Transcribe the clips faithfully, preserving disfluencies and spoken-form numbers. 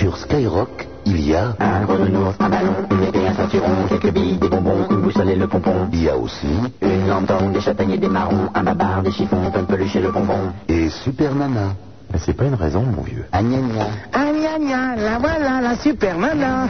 Sur Skyrock, il y a... Un gros nounours, un ballon, une épée, un ceinturon, quelques billes, des bonbons, une boussole et le pompon. Il y a aussi... Une lampe tonde, des châtaigniers, des marrons, un babar, des chiffons, plein de peluches et le bonbon. Et Super Nana. Mais c'est pas une raison, mon vieux. Ah, gna gna. Ah, gna gna, la voilà, la Super Nana.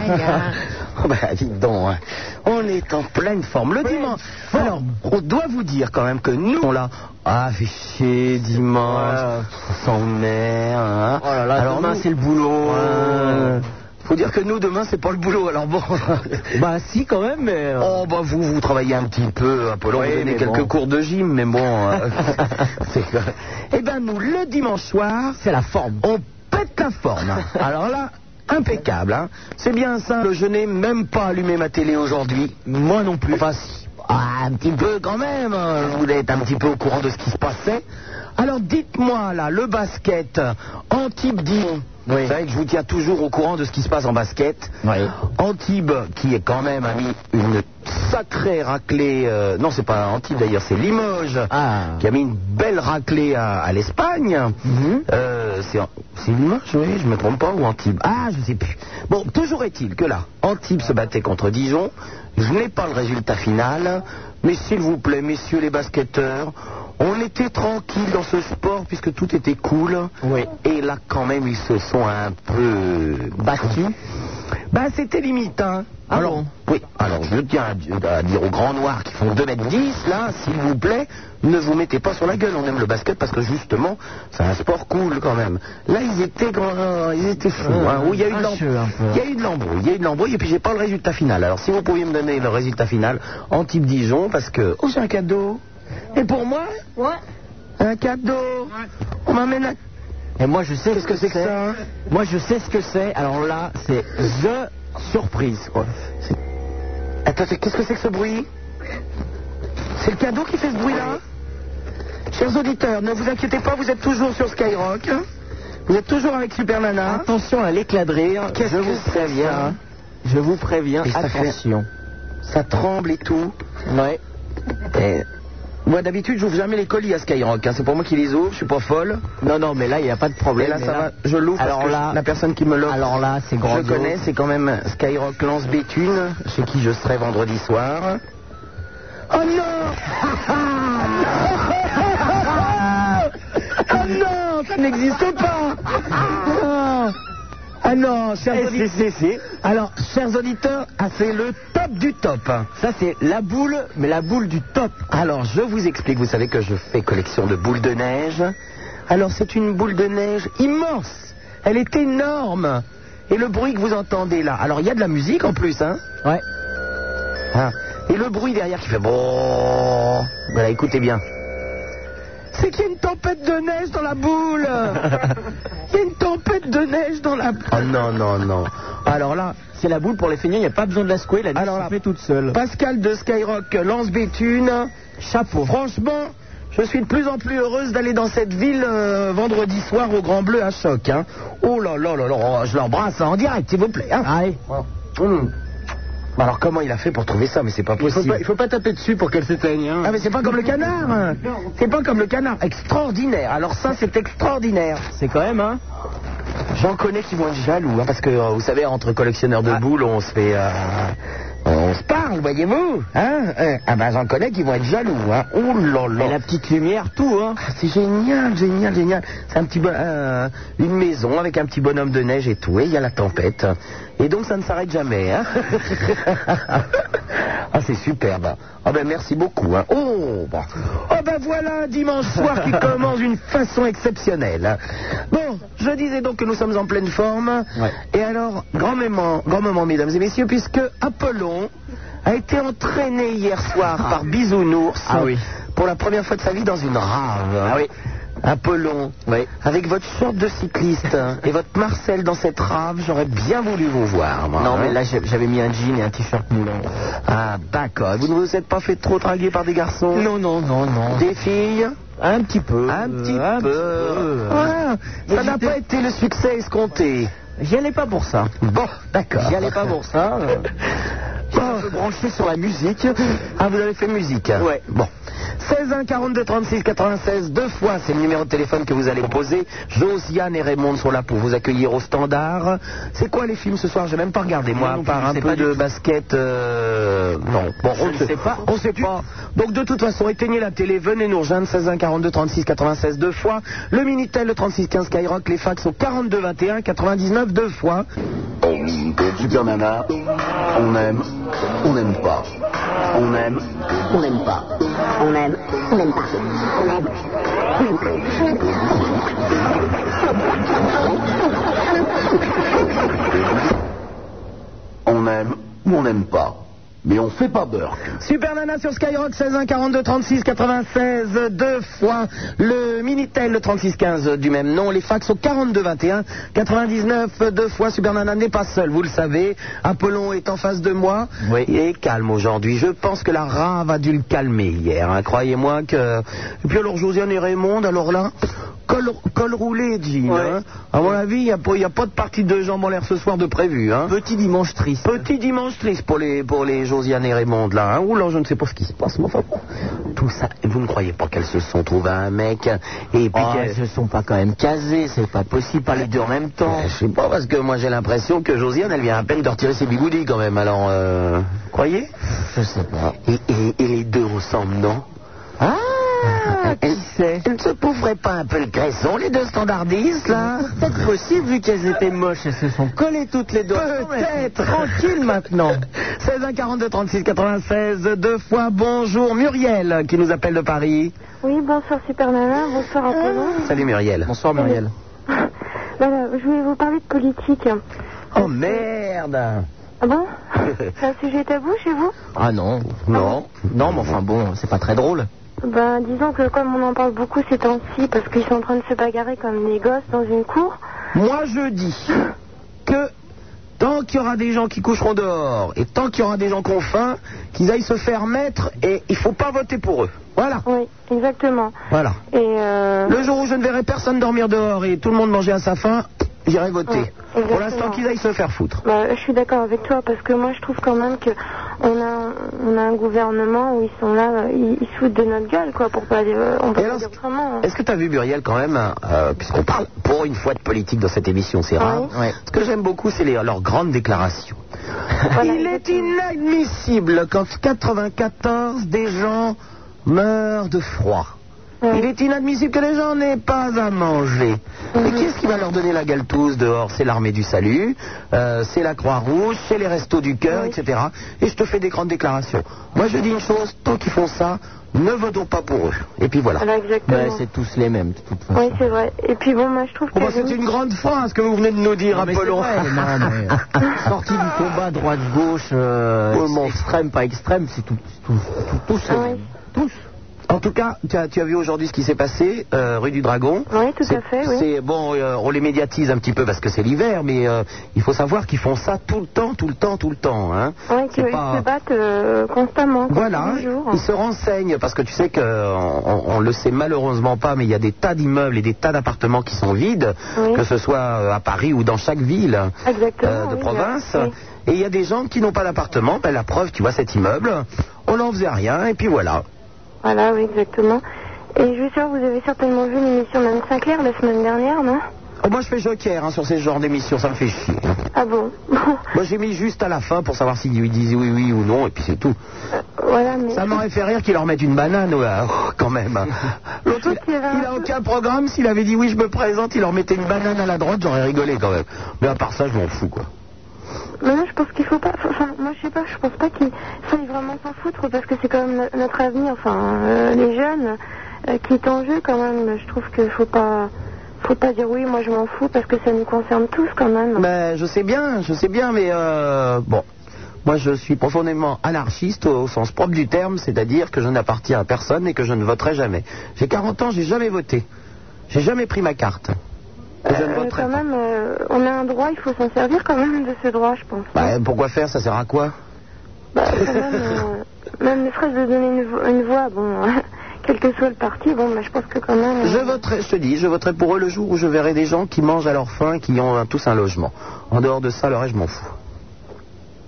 Oh, bah, dites donc, hein. On est en pleine forme. Le dimanche. Alors, on doit vous dire quand même que nous, on l'a. Ah, fait chier, dimanche. On s'emmerde. Hein. Oh là là, alors, demain, nous, c'est le boulot. Ouais. Faut dire que nous, demain, c'est pas le boulot, alors bon. Bah, si, quand même, mais. Oh, bah, vous, vous travaillez un petit peu, Apollon, Oui, vous donnez mais quelques bon. cours de gym, mais bon. euh, c'est... Eh ben, nous, le dimanche soir, C'est la forme. on pète la forme. Alors là, impeccable, hein. C'est bien simple, je n'ai même pas allumé ma télé aujourd'hui. Moi non plus. Enfin, si. Ah, un petit peu quand même. hein. Je voulais être un petit peu au courant de ce qui se passait. Alors, dites-moi, là, le basket, Antibes Dijon. Oui. Vous savez que je vous tiens toujours au courant de ce qui se passe en basket. Oui. Antibes, qui est quand même a mis une sacrée raclée. euh, non, c'est pas Antibes d'ailleurs, c'est Limoges. Ah. Qui a mis une belle raclée à, à l'Espagne. Mhm. Euh, c'est, c'est Limoges, oui, je me trompe pas, ou Antibes. Ah, je sais plus. Bon, toujours est-il que là, Antibes se battait contre Dijon. Je n'ai pas le résultat final, mais s'il vous plaît, messieurs les basketteurs, on était tranquille dans ce sport puisque tout était cool. Oui. Et là, quand même, ils se sont un peu battus. Ben, c'était limite, hein. Ah alors, bon oui, alors je tiens à, à dire aux grands noirs qui font deux mètres dix, là, s'il vous plaît, ne vous mettez pas sur la gueule. On aime le basket parce que justement, c'est un sport cool quand même. Là, ils étaient, grands, ils étaient fous. Euh, hein. Oui, il y a eu de hacheux, un peu. l'embrouille. Il y a eu de l'embrouille. Il y a eu de l'embrouille et puis j'ai pas le résultat final. Alors, si vous pouviez me donner le résultat final, Antibes Dijon, parce que... Oh, j'ai un cadeau. Et pour moi? Ouais. Un cadeau. On m'amène un... Et moi, je sais Qu'est-ce ce que c'est que ça, hein? Moi, je sais ce que c'est. Alors là, c'est The Surprise, quoi. C'est- Attends, c'est- qu'est-ce que c'est que ce bruit? C'est le cadeau qui fait ce bruit-là? Chers auditeurs, ne vous inquiétez pas, vous êtes toujours sur Skyrock. Vous êtes toujours avec Super Nana. Attention à l'éclat de rire. Qu'est-ce je que vous c'est, préviens. ça Je vous préviens. Et ça fait- Attention. Ça tremble et tout. Ouais. Et moi, d'habitude, j'ouvre jamais les colis à Skyrock. hein. C'est pour moi qui les ouvre, je suis pas folle. Non, non, mais là, il n'y a pas de Et problème. là, Mais ça va, je l'ouvre parce Alors que là- je- la personne qui me l'offre, Alors là, c'est je grandiose. connais, c'est quand même Skyrock Lance Béthune, chez qui je serai vendredi soir. Oh non! Ah non, ça n'existe pas! Ah, ah non, chers Eh, auditeurs. c'est, c'est, c'est. Alors, chers auditeurs, ah, c'est le top du top. Ça, c'est la boule, mais la boule du top. Alors, je vous explique, vous savez que je fais collection de boules de neige. Alors, c'est une boule de neige immense. Elle est énorme. Et le bruit que vous entendez là, alors il y a de la musique en plus, hein. Ouais. Hein. Et le bruit derrière qui fait bon. Voilà, écoutez bien. C'est qu'il y a une tempête de neige dans la boule. Il y a une tempête de neige dans la boule. Oh non, non, non. Alors là, C'est la boule pour les feignants, il n'y a pas besoin de la secouer, la neige Alors se là- fait toute seule. Pascal de Skyrock Lance Béthune. Chapeau. Franchement, je suis de plus en plus heureuse d'aller dans cette ville euh, vendredi soir au Grand Bleu à Choc. Hein. Oh là là là là, oh, je l'embrasse en direct, s'il vous plaît. Hein. Allez. Hum. Alors comment il a fait pour trouver ça? Mais c'est pas Il faut possible. pas, il faut pas taper dessus pour qu'elle s'éteigne. Hein. Ah mais c'est pas comme le canard. hein. C'est pas comme le canard. Extraordinaire. Alors ça c'est extraordinaire. C'est quand même, hein. J'en connais qui vont être jaloux, hein, parce que euh, vous savez, entre collectionneurs de Ah. boules, on se fait, euh, on se parle, voyez-vous, hein. euh, Ah ben j'en connais qui vont être jaloux, hein. Oh là là. Et la petite lumière, tout, hein. Ah, c'est génial, génial, génial. C'est un petit bo- euh, une maison avec un petit bonhomme de neige et tout. Et il y a la tempête. Et donc ça ne s'arrête jamais. Hein. Ah c'est superbe. Ah ben merci beaucoup. Hein. Oh, bah. Oh ben voilà un dimanche soir qui commence d'une façon exceptionnelle. Bon, je disais donc que nous sommes en pleine forme. Ouais. Et alors, grand moment, grand moment, mesdames et messieurs, puisque Apollon a été entraîné hier soir par Bisounours. Ah oui. Pour la première fois de sa vie dans une rave. Ah oui. Apollon, Oui. avec votre short de cycliste hein, et votre Marcel dans cette rave, j'aurais bien voulu vous voir. Moi, Non, hein. mais là, j'ai- j'avais mis un jean et un t-shirt moulant. Ah, d'accord. Vous ne vous êtes pas fait trop draguer par des garçons? Non, non, non, non. Des filles? Un petit peu. Un petit un peu. peu. Ah, Mais ça n'a j'étais- pas été le succès escompté. J'y allais pas pour ça. Bon, d'accord. J'y allais pas pour ça. euh. Bon. Je me branchais sur la musique. Ah, vous avez fait musique hein. Ouais. Bon. seize un quarante-deux trente-six quatre-vingt-seize, deux fois, c'est le numéro de téléphone que vous allez composer. Josiane et Raymond sont là pour vous accueillir au standard. C'est quoi les films ce soir? J'ai même pas regardé, moi, non, par un peu de basket. Euh... Non, bon, on ne sait pas. On sait pas. Donc de toute façon, éteignez la télé, venez nous rejoindre, seize un quarante-deux trente-six quatre-vingt-seize, deux fois. Le Minitel, le trente-six quinze Skyrock, les fax au quarante-deux vingt et un quatre-vingt-dix-neuf, deux fois. Super Nana, on aime, on n'aime pas. On aime, on n'aime pas. On aime, on n'aime pas. On aime, on n'aime On aime ou on n'aime pas. Mais on fait pas beurre. Super Nana sur Skyrock, seize un quarante-deux trente-six quatre-vingt-seize, deux fois. Le Minitel, le trente-six quinze du même nom. Les fax au quarante-deux vingt et un quatre-vingt-dix-neuf, deux fois. Super Nana n'est pas seul, vous le savez. Apollon est en face de moi. Oui. Il est calme aujourd'hui. Je pense que la rave a dû le calmer hier. Hein. Croyez-moi que... Et puis alors Josiane et Raymond, alors là... Col, col roulé, Jean. Ouais. Hein. À mon avis, il n'y a, a pas de partie de jambes en l'air ce soir de prévu. Hein. Petit dimanche triste. Petit dimanche triste pour les, pour les Josiane et Raymond, là. Hein. Oula, je ne sais pas ce qui se passe, mais enfin bon. Tout ça, vous ne croyez pas qu'elles se sont trouvées un mec et puis oh, elles se sont pas quand même casées, c'est pas possible, pas les deux en même temps. Je sais pas, parce que moi j'ai l'impression que Josiane, elle vient à peine de retirer ses bigoudis quand même, alors, euh... croyez? Je sais pas. Et, et, et les deux ressemblent, non? Ah, qui sait? Elles ne se pouveraient pas un peu le cresson, les deux standardistes, là? C'est peut-être possible, vu qu'elles étaient moches, elles se sont collées toutes les deux. Peut-être. Tranquille maintenant. seize un quarante-deux trente-six quatre-vingt-seize, deux fois. Bonjour Muriel, qui nous appelle de Paris. Oui, bonsoir Super Nana, bonsoir Apollon. Salut Muriel. Bonsoir Muriel. Voilà, je voulais vous parler de politique. Oh merde. Ah bon? C'est un sujet tabou chez vous? Ah non, non, non, mais enfin bon, c'est pas très drôle. Ben, disons que comme on en parle beaucoup ces temps-ci, parce qu'ils sont en train de se bagarrer comme des gosses dans une cour. Moi je dis que tant qu'il y aura des gens qui coucheront dehors et tant qu'il y aura des gens qui ont faim, qu'ils aillent se faire mettre et il faut pas voter pour eux. Voilà. Oui, exactement. Voilà. Et euh... le jour où je ne verrai personne dormir dehors et tout le monde manger à sa faim, j'irai voter. Ouais, pour l'instant, qu'ils aillent se faire foutre. Bah, je suis d'accord avec toi parce que moi je trouve quand même que on a, on a un gouvernement où ils sont là, ils, ils se foutent de notre gueule, quoi, pour pas euh, on peut pas dire autrement. Hein. Est-ce que tu as vu Muriel quand même, euh, puisqu'on parle pour une fois de politique dans cette émission, c'est rare. Oui. Ouais. Ce que j'aime beaucoup, c'est les, leurs grandes déclarations. Voilà, il est inadmissible qu'en quatre-vingt-quatorze, des gens meurent de froid. Oui. Il est inadmissible que les gens n'aient pas à manger. Mmh. Et qui est-ce qui va leur donner la galtouze dehors? C'est l'armée du salut, euh, c'est la Croix-Rouge, c'est les restos du cœur, oui. et cetera. Et je te fais des grandes déclarations. Moi je dis une chose, tant qu'ils font ça, ne votons pas pour eux. Et puis voilà. Alors, exactement. Ouais, c'est tous les mêmes de toute façon. Oui, c'est vrai. Et puis bon, moi je trouve que... Bon, c'est une grande phrase que vous venez de nous dire, Apollon. Sorti du combat droite-gauche, euh, oh, extrême, pas extrême, c'est tout, tout, tout, tous ah, les mêmes. Oui. Tous. En tout cas, tu as, tu as vu aujourd'hui ce qui s'est passé, euh, rue du Dragon. Oui, tout à fait, oui. C'est, bon, euh, on les médiatise un petit peu parce que c'est l'hiver, mais euh, il faut savoir qu'ils font ça tout le temps, tout le temps, tout le temps. Hein. Oui, qu'ils pas... se battent euh, constamment. Voilà, ils se renseignent parce que tu sais qu'on on, on le sait malheureusement pas, mais il y a des tas d'immeubles et des tas d'appartements qui sont vides, oui. que ce soit à Paris ou dans chaque ville euh, de oui, province. Oui. Et il y a des gens qui n'ont pas d'appartement. Ben, la preuve, tu vois, cet immeuble, on n'en faisait rien, et puis voilà. Voilà, oui, exactement. Et je suis sûre, vous avez certainement vu l'émission d'Anne Sinclair la semaine dernière, non? Oh, moi, je fais joker hein, sur ces genres d'émissions, ça me fait chier. Hein. Ah bon? Moi, j'ai mis juste à la fin pour savoir s'ils lui disent oui, oui ou non, et puis c'est tout. Euh, voilà, mais... Ça m'aurait fait rire qu'ils leur mettent une banane, ouais, oh, quand même. Hein. L'autre, il, il a aucun programme, s'il avait dit oui, je me présente, il leur mettait une banane à la droite, j'aurais rigolé quand même. Mais à part ça, je m'en fous, quoi. Mais non, je pense qu'il faut pas... Enfin, moi, je sais pas, je pense pas qu'il faille vraiment s'en foutre, parce que c'est quand même notre avenir, enfin, euh, les jeunes, euh, qui est en jeu, quand même. Je trouve qu'il faut pas... Faut pas dire oui, moi je m'en fous, parce que ça nous concerne tous, quand même. Ben, je sais bien, je sais bien, mais euh, bon... Moi, je suis profondément anarchiste au, au sens propre du terme, c'est-à-dire que je n'appartiens à personne et que je ne voterai jamais. J'ai quarante ans, j'ai jamais voté. J'ai jamais pris ma carte. Euh, je ne voterai quand pas. Même, euh, on a un droit, il faut s'en servir quand même de ce droit, je pense. Bah, pourquoi faire? Ça sert à quoi? Bah, quand même, euh, même ne serait-ce de donner une, une voix, bon, quel que soit le parti, bon, bah, je pense que quand même... Euh... Je voterai, je te dis, je voterai pour eux le jour où je verrai des gens qui mangent à leur faim, qui ont un, tous un logement. En dehors de ça, le reste, je m'en fous. Oui,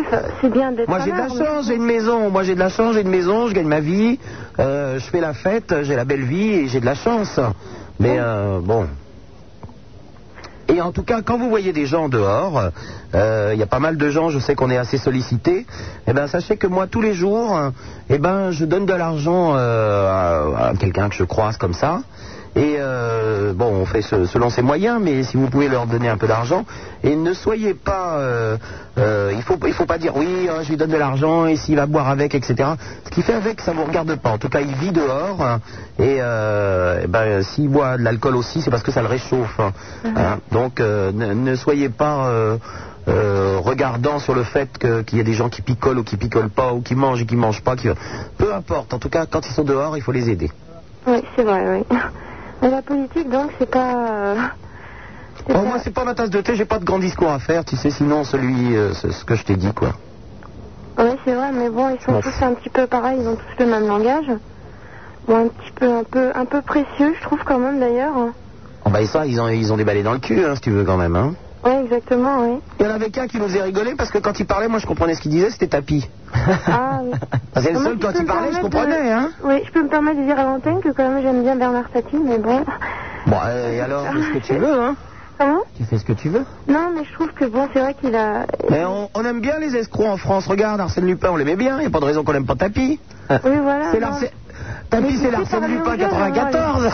ça- c'est bien d'être Moi j'ai de la malade, chance, j'ai une maison. Moi j'ai de la chance, j'ai une maison, je gagne ma vie, euh, je fais la fête, j'ai la belle vie et j'ai de la chance. Mais euh, bon. Et en tout cas, quand vous voyez des gens dehors, euh, il y a pas mal de gens, je sais qu'on est assez sollicités, eh ben sachez que moi tous les jours, eh ben je donne de l'argent euh, à, à quelqu'un que je croise comme ça. Et euh, bon, on fait ce- selon ses moyens, mais si vous pouvez leur donner un peu d'argent, et ne soyez pas, euh, euh, il faut, il faut pas dire oui, hein, je lui donne de l'argent et s'il va boire avec, et cetera. Ce qu'il fait avec, ça vous regarde pas. En tout cas, il vit dehors, hein, et, euh, eh ben, s'il boit de l'alcool aussi, c'est parce que ça le réchauffe. Hein, hein. Donc, euh, ne, ne soyez pas euh, euh, regardant sur le fait que- qu'il y a des gens qui picolent ou qui picolent pas, ou qui mangent et qui mangent pas. Qui... Peu importe. En tout cas, quand ils sont dehors, il faut les aider. Oui, c'est vrai, oui. Mais la politique, donc, c'est pas... euh, c'est Oh, pas- moi, c'est pas ma tasse de thé, j'ai pas de grand discours à faire, tu sais, sinon celui, euh, c'est ce que je t'ai dit, quoi. Oui, c'est vrai, mais bon, ils sont Bon. tous un petit peu pareils, ils ont tous le même langage. Bon, un petit peu, un peu, un peu précieux, je trouve, quand même, d'ailleurs. Oh, bah, et ça, ils ont, ils ont des balais dans le cul, hein, si tu veux, quand même, hein. Oui, exactement, oui. Il y en avait qu'un qui nous faisait rigoler, parce que quand il parlait, moi, je comprenais ce qu'il disait, c'était tapis. Ah, oui. C'est le Moi, seul, je quand peux il me parlait, je permettre comprenais, de- hein. Oui, je peux me permettre de dire à l'antenne que, quand même, j'aime bien Bernard Tapie, mais bon... Bon, euh, et alors, Fais ce que tu veux, hein. Comment? Tu fais ce que tu veux. Non, mais je trouve que, bon, c'est vrai qu'il a... Mais on, on aime bien les escrocs en France, regarde, Arsène Lupin, on l'aimait bien, il n'y a pas de raison qu'on n'aime pas Tapis. Oui, voilà. C'est non. l'Arsène... Tapis, Mais c'est il l'Arsène sait parler Lupin aux jeunes, quatre-vingt-quatorze.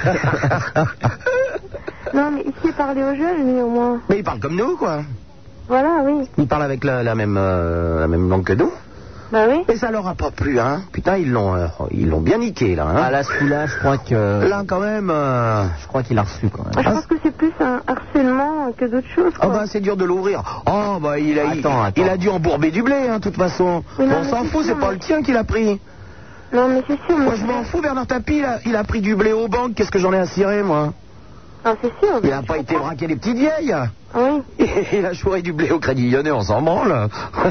Non, mais il sait parler aux jeunes, lui, au moins. Mais il parle comme nous, quoi. Voilà, oui. Il parle avec la, la même, euh, la même langue que nous. Bah oui. Et ça leur a pas plu, hein. Putain, ils l'ont, euh, ils l'ont bien niqué, là. Hein. Ah là, celui-là, je crois que... Là, quand même. euh, Je crois qu'il a reçu, quand même. Je pense que c'est plus un harcèlement que d'autres choses, Oh quoi. bah c'est dur de l'ouvrir. Oh bah il a, il- Attends, attends. il a dû embourber du blé, hein, de toute façon. Oui, non, On mais s'en c'est fout, sûr, c'est pas mais- le tien qu'il a pris. Non, mais c'est sûr. Moi mais- je m'en fous, Bernard Tapie, il a, il a pris du blé aux banques, qu'est-ce que j'en ai à cirer, moi? Ah, c'est sûr. Il mais a je pas été comprends. braquer les petites vieilles. Oui. Il a chouré du blé au Crédit Lyonnais, on s'en branle.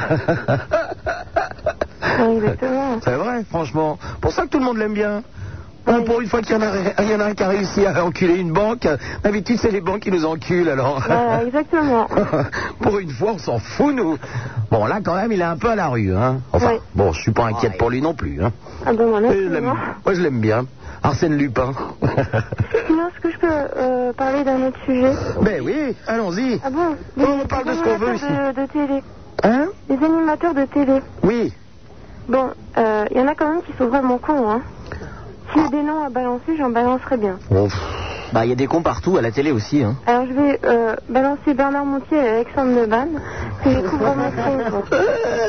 Oui, exactement. C'est vrai, franchement. Pour ça que tout le monde l'aime bien. Hein, pour une fois qu'il y en a, il y en a un qui a réussi à enculer une banque, d'habitude c'est les banques qui nous enculent alors. Voilà, exactement. Pour une fois, on s'en fout, nous. Bon, là, quand même, il est un peu à la rue, hein. Enfin, Oui. bon, je suis pas inquiète pour lui non plus, hein. Ah bon, moi non Mais je plus, l'aime- non. moi, je l'aime bien. Arsène Lupin. Sinon, est-ce que je peux euh, parler d'un autre sujet? Ben oui, allons-y. Ah bon? Oh, on parle de ce qu'on veut ici. animateurs de, de télé. Hein? Les animateurs de télé. Oui. Bon, euh, il y en a quand même qui sont vraiment cons, hein. S'il y a des noms à balancer, j'en balancerai bien. Bon, pff, Bah, il y a des cons partout, à la télé aussi, hein. Alors, je vais euh, balancer Bernard Montiel et Alexandre Deban, que je trouve vraiment cons, quoi.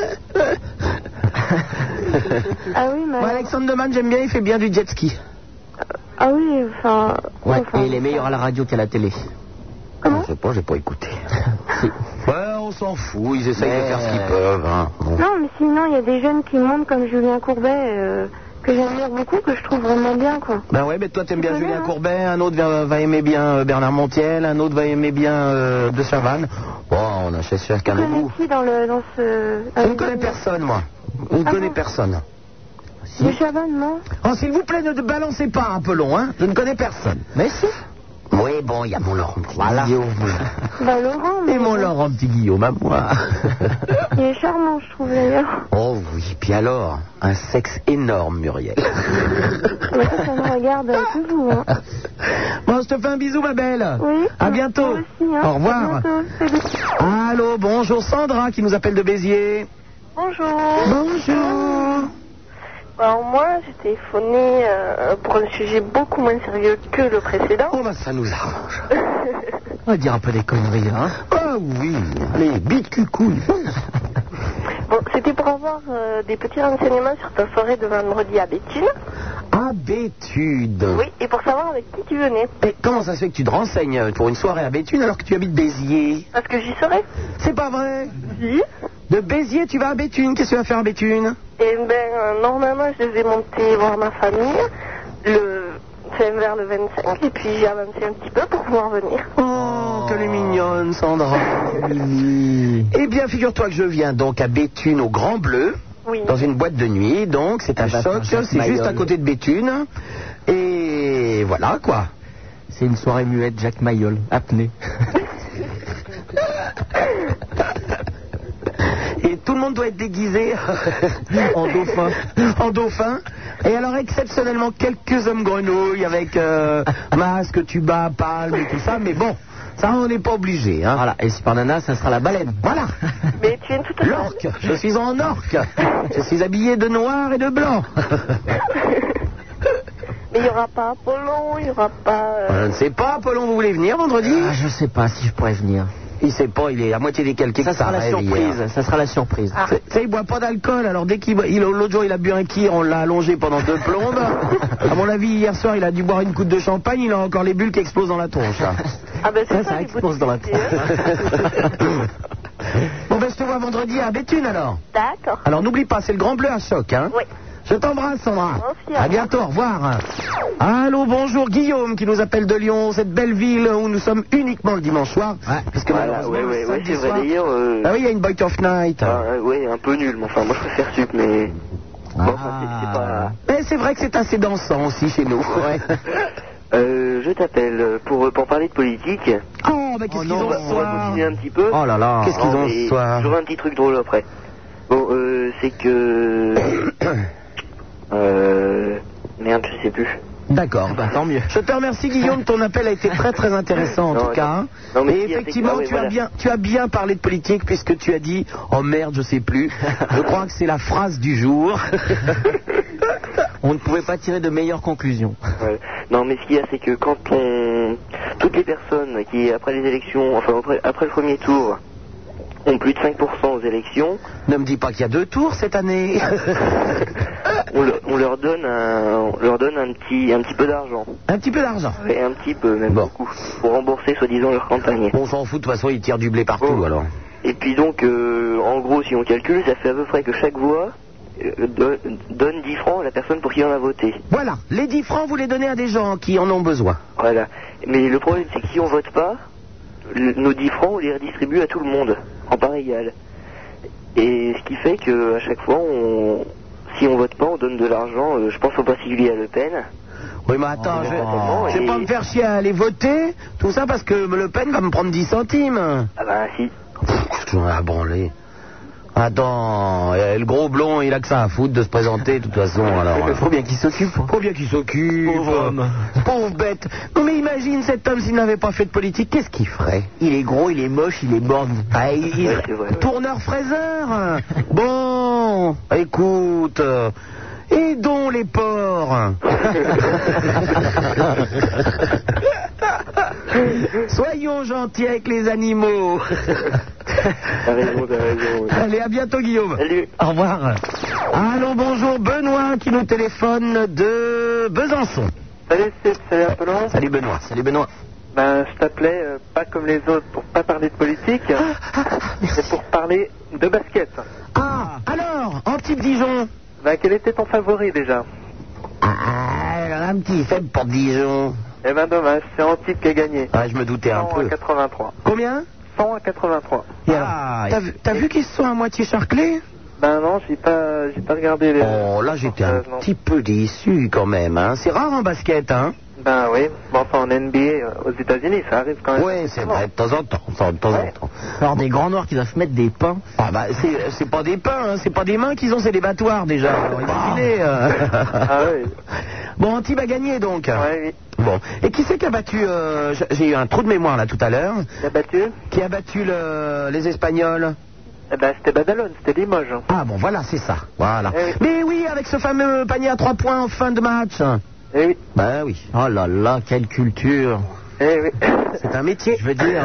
Ah oui, mais... moi, Alexandre Deman, j'aime bien, il fait bien du jet ski. Ah oui, enfin... Ouais, enfin, et il est meilleur à la radio qu'à la télé. Comment? Je sais pas, j'ai pas écouté. Si. Ouais, on s'en fout, ils essayent Mais- de faire ce qu'ils peuvent, hein. Bon. Non, mais sinon, il y a des jeunes qui montent comme Julien Courbet, euh, que j'admire beaucoup, que je trouve vraiment bien, quoi. Ben ouais, mais toi t'aimes bien Tu connais, Julien hein? Courbet, un autre va, va aimer bien euh, Bernard Montiel, un autre va aimer bien euh, De Chavannes. Bon, on a chez chacun Tu nos connais goûts. qui dans, le, dans ce... Je ne connais personne, moi. Je ne Ah connais bon? personne. De Chavannes, non? Oh, s'il vous plaît, ne balancez pas un peu long, hein. Je ne connais personne. Mais si. Oui, bon, il y a mon Laurent Petit Voilà. Guillaume. Bah, Laurent, mais... Et mon Laurent Petit Guillaume à moi. Il est charmant, je trouve, d'ailleurs. Oh oui, puis alors, un sexe énorme, Muriel. Mais ça, ça me regarde euh, toujours, hein. Bon, je te fais un bisou, ma belle. Oui. À bientôt. Moi aussi, hein. Au revoir. À bientôt. Salut. Allô, bonjour Sandra qui nous appelle de Béziers. Bonjour. Bonjour. Alors moi, j'ai téléphoné euh, pour un sujet beaucoup moins sérieux que le précédent. Oh bah ça nous arrange. On va dire un peu des conneries, hein. Ah oui, allez, bite cucouille. Bon, c'était pour avoir euh, des petits renseignements sur ta soirée de vendredi à Béthune. Habitude. Oui, et pour savoir avec qui tu venais. Et comment ça se fait que tu te renseignes pour une soirée à Béthune alors que tu habites Béziers? Parce que j'y serai. C'est pas vrai. Si. De Béziers, tu vas à Béthune. Qu'est-ce que tu vas faire à Béthune? Et ben, euh, normalement, je devais monter voir ma famille le... enfin, vers le vingt-cinq. Et puis j'ai avancé un petit peu pour pouvoir venir. Oh, qu'elle est mignonne, Sandra. Eh bien, figure-toi que je viens donc à Béthune au Grand Bleu. Oui. Dans une boîte de nuit, donc c'est un Ah bah, choc, c'est un Jacques c'est juste Mayol. à côté de Béthune. Et voilà quoi. C'est une soirée muette, Jacques Mayol, apnée. Et tout le monde monde doit être déguisé en dauphin. En dauphin. Et alors, exceptionnellement, quelques hommes grenouilles avec euh, masque, tuba, palme et tout ça. Mais bon, ça, on n'est pas obligé. Hein. Voilà, et Super Nana, ça sera la baleine. Voilà. Mais tu es une toute seule. L'orque. Je suis en orque. Je suis habillé de noir et de blanc. Mais il n'y aura pas Apollon, il n'y aura pas... euh, Je ne sais pas, Apollon, vous voulez venir vendredi? Ah, je sais pas si je pourrais venir. Il sait pas, il est à moitié décalqué. Ça que sera la rêve surprise. hier. Ça sera la surprise. Ah. Tu sais, il boit pas d'alcool, alors dès qu'il boit- il- l'autre jour il a bu un kir, on l'a allongé pendant deux plombes. À mon avis, hier soir, il a dû boire une coupe de champagne, il a encore les bulles qui explosent dans la tronche. Là. Ah ben c'est Ça, ça, ça les explose dans la bouteilles, hein. Bon, ben je te vois vendredi à Béthune alors. D'accord. Alors n'oublie pas, c'est le Grand Bleu à Choc, hein. Oui. Je t'embrasse, Sandra. Moi aussi, au À revoir. bientôt, au revoir. Allô, bonjour, Guillaume qui nous appelle de Lyon, cette belle ville où nous sommes uniquement le dimanche soir. Ouais. Puisque Voilà, malheureusement, ouais, le ouais, ouais, samedi c'est vrai soir- d'ailleurs. Euh... Ah oui, il y a une Boy of Night. ah, ouais, un peu nul, mais enfin, moi je préfère sup, mais. Bon, enfin, c'est- c'est pas. Mais c'est vrai que c'est assez dansant aussi chez nous. Euh, je t'appelle pour, pour parler de politique. Oh, mais qu'est-ce Oh qu'ils non, ont On va, ce on va soir? continuer un petit peu. Oh là là. Qu'est-ce qu'ils Oh, ont mais ce soir? J'aurai un petit truc drôle après. Bon, euh, c'est que. euh. Merde, je sais plus. D'accord. Bah, tant mieux. Je te remercie, Guillaume, ton appel a été très très intéressant en Non, tout non. cas. hein. Non, mais Et ce qu'il y a, effectivement, c'est que- ah, tu, oui, as voilà. bien, tu as bien parlé de politique puisque tu as dit « Oh merde, je sais plus ». Je crois que c'est la phrase du jour. On ne pouvait pas tirer de meilleures conclusions. Ouais. Non, mais ce qu'il y a, c'est que quand on. Toutes les personnes qui, après les élections, enfin, après, après le premier tour, ont plus de cinq pour cent aux élections, Ne me dis pas qu'il y a deux tours cette année. on, leur- on leur donne un, on leur donne un petit, un petit peu d'argent. Un petit peu d'argent. Et un petit peu, même Bon. beaucoup, pour rembourser soi-disant leur campagne. On s'en fout, de toute façon, ils tirent du blé partout Bon. alors. Et puis donc, euh, en gros, si on calcule, ça fait à peu près que chaque voix euh, do- donne dix francs à la personne pour qui on a voté. Voilà, les dix francs, vous les donnez à des gens qui en ont besoin. Voilà. Mais le problème, c'est que si on vote pas, le- nos dix francs, on les redistribue à tout le monde, en part égale. Et ce qui fait que à chaque fois, on, si on vote pas, on donne de l'argent, euh, je pense en particulier à Le Pen. Oui, mais attends, Oh, je, non. je vais pas me faire chier à aller voter, tout ça parce que Le Pen va me prendre dix centimes. Ah bah si. Pff, j'en ai à branler. Attends, euh, le gros blond, il a que ça à foutre de se présenter, de toute façon, alors. Il faut bien qu'il s'occupe. Faut bien qu'il s'occupe. Pauvre homme. Pauvre bête. Non mais imagine cet homme s'il n'avait pas fait de politique, qu'est-ce qu'il ferait? Il est gros, il est moche, il est borgne. Ah, il, il- Ouais, c'est vrai, ouais. Tourneur-fraiseur. Bon, écoute, euh, aidons les porcs. Soyons gentils avec les animaux. T'as raison, t'as raison. Allez, à bientôt Guillaume. Salut. Au revoir. Allô, bonjour, Benoît qui nous téléphone de Besançon. Salut Steve, salut Apollon. Salut Benoît, salut Benoît. Ben, je t'appelais euh, pas comme les autres pour pas parler de politique, mais pour parler de basket. Ah, alors, Antibes Dijon. Ben, quel était ton favori déjà? Ah, un petit faible pour Dijon. Eh ben dommage, c'est Antibes qui a gagné. Ah, je me doutais un cent à peu. quatre-vingt-trois. Combien? cent à quatre-vingt-trois. Et alors, t'as vu, t'as vu qu'ils se sont à moitié charclés? Ben non, j'ai pas, j'ai pas regardé les... Oh, là j'étais un Euh, non. petit peu déçu quand même. Hein. C'est rare en basket, hein? Ben oui, bon, enfin en N B A euh, aux États-Unis, ça arrive quand même. Ouais, c'est vrai, de temps en temps, ça, de temps Ouais. en temps. Alors des grands noirs qui doivent mettre des pains. Ah bah, c'est, c'est pas des pains, hein, c'est pas des mains qu'ils ont, c'est des battoirs déjà. Alors, imaginez. euh. Ah oui. Bon, Antibes a gagné donc. Ouais, oui. Bon, et qui c'est qui a battu, euh, j'ai- j'ai eu un trou de mémoire là tout à l'heure, T'as battu? qui a battu le- les Espagnols? Eh ben c'était Badalone, c'était Limoges. Ah bon, voilà, c'est ça, voilà. Eh oui. Mais oui, avec ce fameux panier à trois points en fin de match. Eh oui, Ben oui, Oh là là, quelle culture. eh oui. c'est un métier. Je veux dire.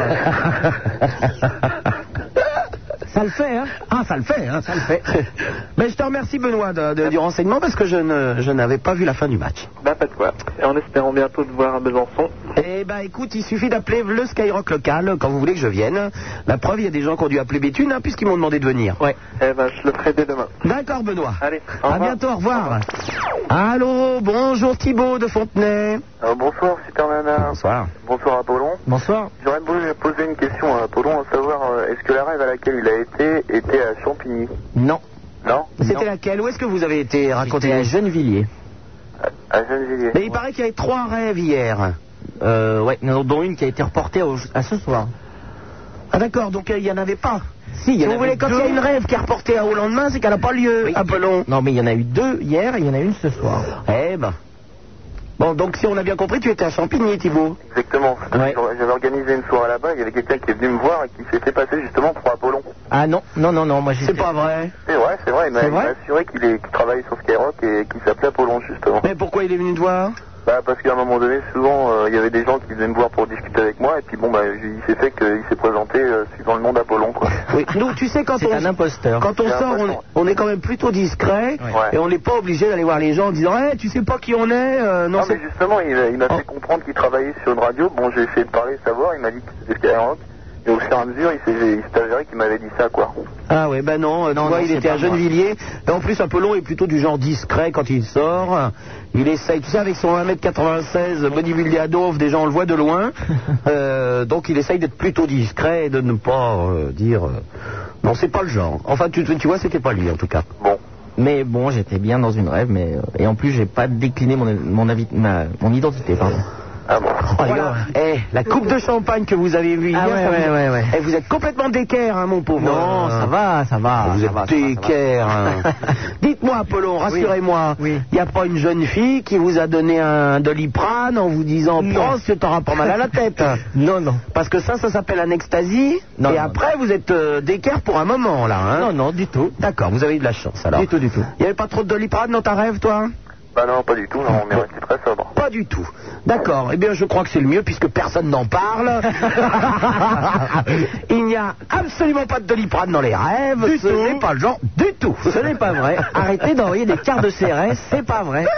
Ça le fait, hein? Ah, ça le fait, hein, ça le fait. Mais je te remercie, Benoît, de- de- du renseignement parce que je, ne, je n'avais pas vu la fin du match. Ben pas de quoi. Et en espérant bientôt te voir à Besançon. Eh ben, écoute, il suffit d'appeler le Skyrock local quand vous voulez que je vienne. La preuve, il y a des gens qui ont dû appeler Béthune, hein, puisqu'ils m'ont demandé de venir. Ouais. Eh ben je le ferai dès demain. D'accord, Benoît. Allez, au À revoir. bientôt, au revoir. Allô, bonjour Thibaut de Fontenay. Euh, bonsoir, Super Nana. Bonsoir. Bonsoir, Apollon. Bonsoir. J'aurais voulu poser une question à Apollon, à savoir, euh, est-ce que la rêve à laquelle il a été était à Champigny? Non. Non? C'était laquelle? Où est-ce que vous avez été? J'étais Racontez-nous. à Gennevilliers. À Gennevilliers. Mais il paraît qu'il y avait trois rêves hier. Euh, ouais, dont une qui a été reportée au- à ce soir. Ah d'accord, donc euh, il n'y en avait pas. Si, il y Si en vous a voulez, eu quand il y a deux. une rêve qui est reportée au lendemain, c'est qu'elle n'a pas lieu, Oui. Apollon. Non, mais il y en a eu deux hier et il y en a une ce soir. Eh ben. Bon, donc si on a bien compris, tu étais à Champigny, Thibaut. Exactement. Ouais. J'avais organisé une soirée là-bas, il y avait quelqu'un qui est venu me voir et qui s'est fait passer justement pour Apollon. Ah non, non, non, non, moi j'ai. C'est pas vrai. C'est vrai, c'est vrai, il m'a C'est il m'a vrai assuré qu'il est- qu'il travaillait sur Skyrock et qu'il s'appelait Apollon justement. Mais pourquoi il est venu te voir? Bah parce qu'à un moment donné, souvent, euh, il y avait des gens qui venaient me voir pour discuter avec moi et puis bon, bah il s'est fait qu'il s'est présenté euh, suivant le nom d'Apollon quoi. Oui, nous, tu sais, quand C'est on, un imposteur. quand on C'est un sort, on, imposteur. on est quand même plutôt discret Ouais. et on n'est pas obligé d'aller voir les gens en disant hey, tu sais pas qui on est euh, non, Non c'est... mais justement, il, il m'a Oh. fait comprendre qu'il travaillait sur une radio. Bon, j'ai essayé de parler, savoir. Il m'a dit que c'était Skyrock. Et au fur et à mesure, il s'est il s'est avéré qu'il m'avait dit ça, quoi. Ah ouais, ben non, euh, tu Non, vois, non, il c'est était pas à moi. Gennevilliers. Et en plus, Apollon est plutôt du genre discret quand il sort. Il essaye, tu sais, avec son un mètre quatre-vingt-seize, bodybuildé à Dove, déjà on le voit de loin. Euh, donc il essaye d'être plutôt discret et de ne pas euh, dire... euh, Non, c'est pas le genre. Enfin, tu, tu vois, c'était pas lui en tout cas. Bon. Mais bon, j'étais bien dans une rêve, mais euh, et en plus j'ai pas décliné mon mon, avis, ma, mon identité, pardon. Ah bon. Voilà. Eh, la coupe de champagne que vous avez vue Ah hier, ouais, ça ouais, vous... ouais, ouais. Eh, vous êtes complètement d'équerre, hein, mon pauvre. Non, ça va, ça va. Vous ça êtes va, ça va, ça va. d'équerre. hein. Dites-moi, Apollon, rassurez-moi. Oui. Il n'y a pas une jeune fille qui vous a donné un Doliprane en vous disant Non. prends que t'auras pas mal à la tête. Non, non. Parce que ça, ça s'appelle un ecstasy. Non, et non, après, vous êtes euh, d'équerre pour un moment, là. Hein. Non, non, du tout. D'accord, vous avez eu de la chance alors. Du tout, du tout. Il n'y avait pas trop de Doliprane dans ta rêve, toi? Bah non, pas du tout. Non, on est resté très sobre. Pas du tout. D'accord. Eh bien, je crois que c'est le mieux puisque personne n'en parle. Il n'y a absolument pas de Doliprane dans les rêves. Du Ce tout. n'est pas le genre du tout. Ce n'est pas vrai. Arrêtez d'envoyer des cartes de C R S, c'est pas vrai.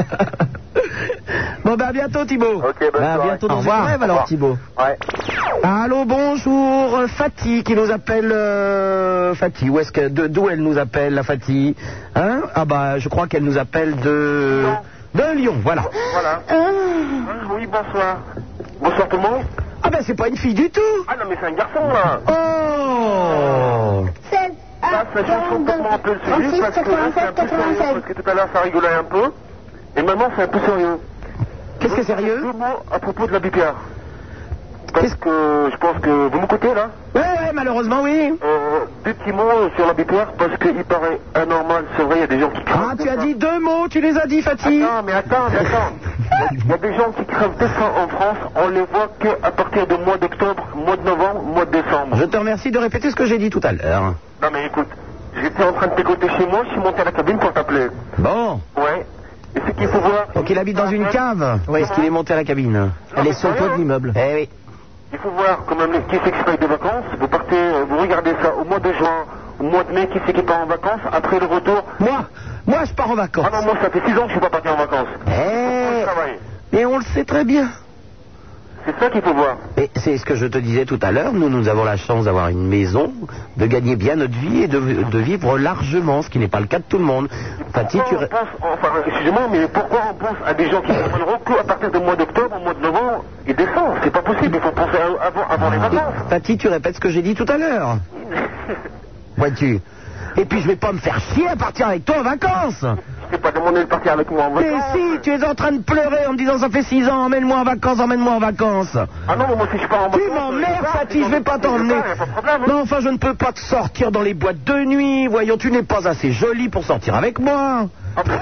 Bon, ben à bientôt, Thibaut. Ok, bonne Bah, à soirée. bientôt Au dans une revoir. rêve Au alors, revoir. Thibaut. Ouais. Allô, bonjour. Fatih qui nous appelle. Euh, Fatih, où est-ce que de- d'où elle nous appelle, la Fatih? Hein? Ah bah, je crois qu'elle nous appelle de de Lyon. Voilà. Voilà. Oui, bonsoir. Bonsoir tout le monde. Ah ben, c'est pas une fille du tout. Ah non, mais c'est un garçon là. Oh. Là, ça change complètement un peu le sujet parce que là, c'est un peu sérieux. Parce que tout à l'heure, ça rigolait un peu. Et maintenant, c'est un peu sérieux. Qu'est-ce que c'est sérieux? Deux mots à propos de la B P A. Parce que je pense que vous m'écoutez là. Ouais, ouais, malheureusement, oui. Euh, deux petits mots sur la B P R parce qu'il paraît anormal, c'est vrai, il y a des gens qui crèvent. Ah, de tu as faim. dit deux mots, tu les as dit, Fatih. Attends, mais attends, mais attends. Il y a des gens qui crèvent de faim en France, on les voit qu'à partir du mois d'octobre, mois de novembre, mois de décembre. Je te remercie de répéter ce que j'ai dit tout à l'heure. Non mais écoute, j'étais en train de t'écouter chez moi, je suis monté à la cabine pour t'appeler. Bon. Ouais. Et ce qu'il faut voir... Donc il habite dans une cave. Oui. Est-ce qu'il est monté à la cabine? Elle est sur le toit de l'immeuble. Eh oui. Il faut voir quand même qui c'est qui se paye des vacances. Vous partez, euh, vous regardez ça au mois de juin, au mois de mai, qui c'est qui part en vacances. Après le retour... Moi, moi je pars en vacances. Ah non, moi ça fait six ans que je suis pas parti en vacances. Eh, Je travaille. mais on le sait très bien. C'est ça qu'il faut voir. Et c'est ce que je te disais tout à l'heure, nous, nous avons la chance d'avoir une maison, de gagner bien notre vie et de, de vivre largement, ce qui n'est pas le cas de tout le monde. Fatih, tu... Pourquoi on pense, enfin, excusez-moi, mais pourquoi on pense à des gens qui travailleront qu'à partir du mois d'octobre, au mois de novembre et décembre? C'est pas possible, il faut penser à- avant, avant les vacances. Fatih, tu répètes ce que j'ai dit tout à l'heure. Vois-tu? Et puis je vais pas me faire chier à partir avec toi en vacances. Je t'ai pas demandé de partir avec moi en Mais vacances. si, tu es en train de pleurer en me disant ça fait six ans, emmène-moi en vacances, emmène-moi en vacances. Ah non, mais moi si je pars en vacances... Tu m'emmerdes, je Fatih, je vais pas t'emmener. Y a pas de problème. hein. Non, enfin, je ne peux pas te sortir dans les boîtes de nuit. Voyons, tu n'es pas assez jolie pour sortir avec moi. Ah bon?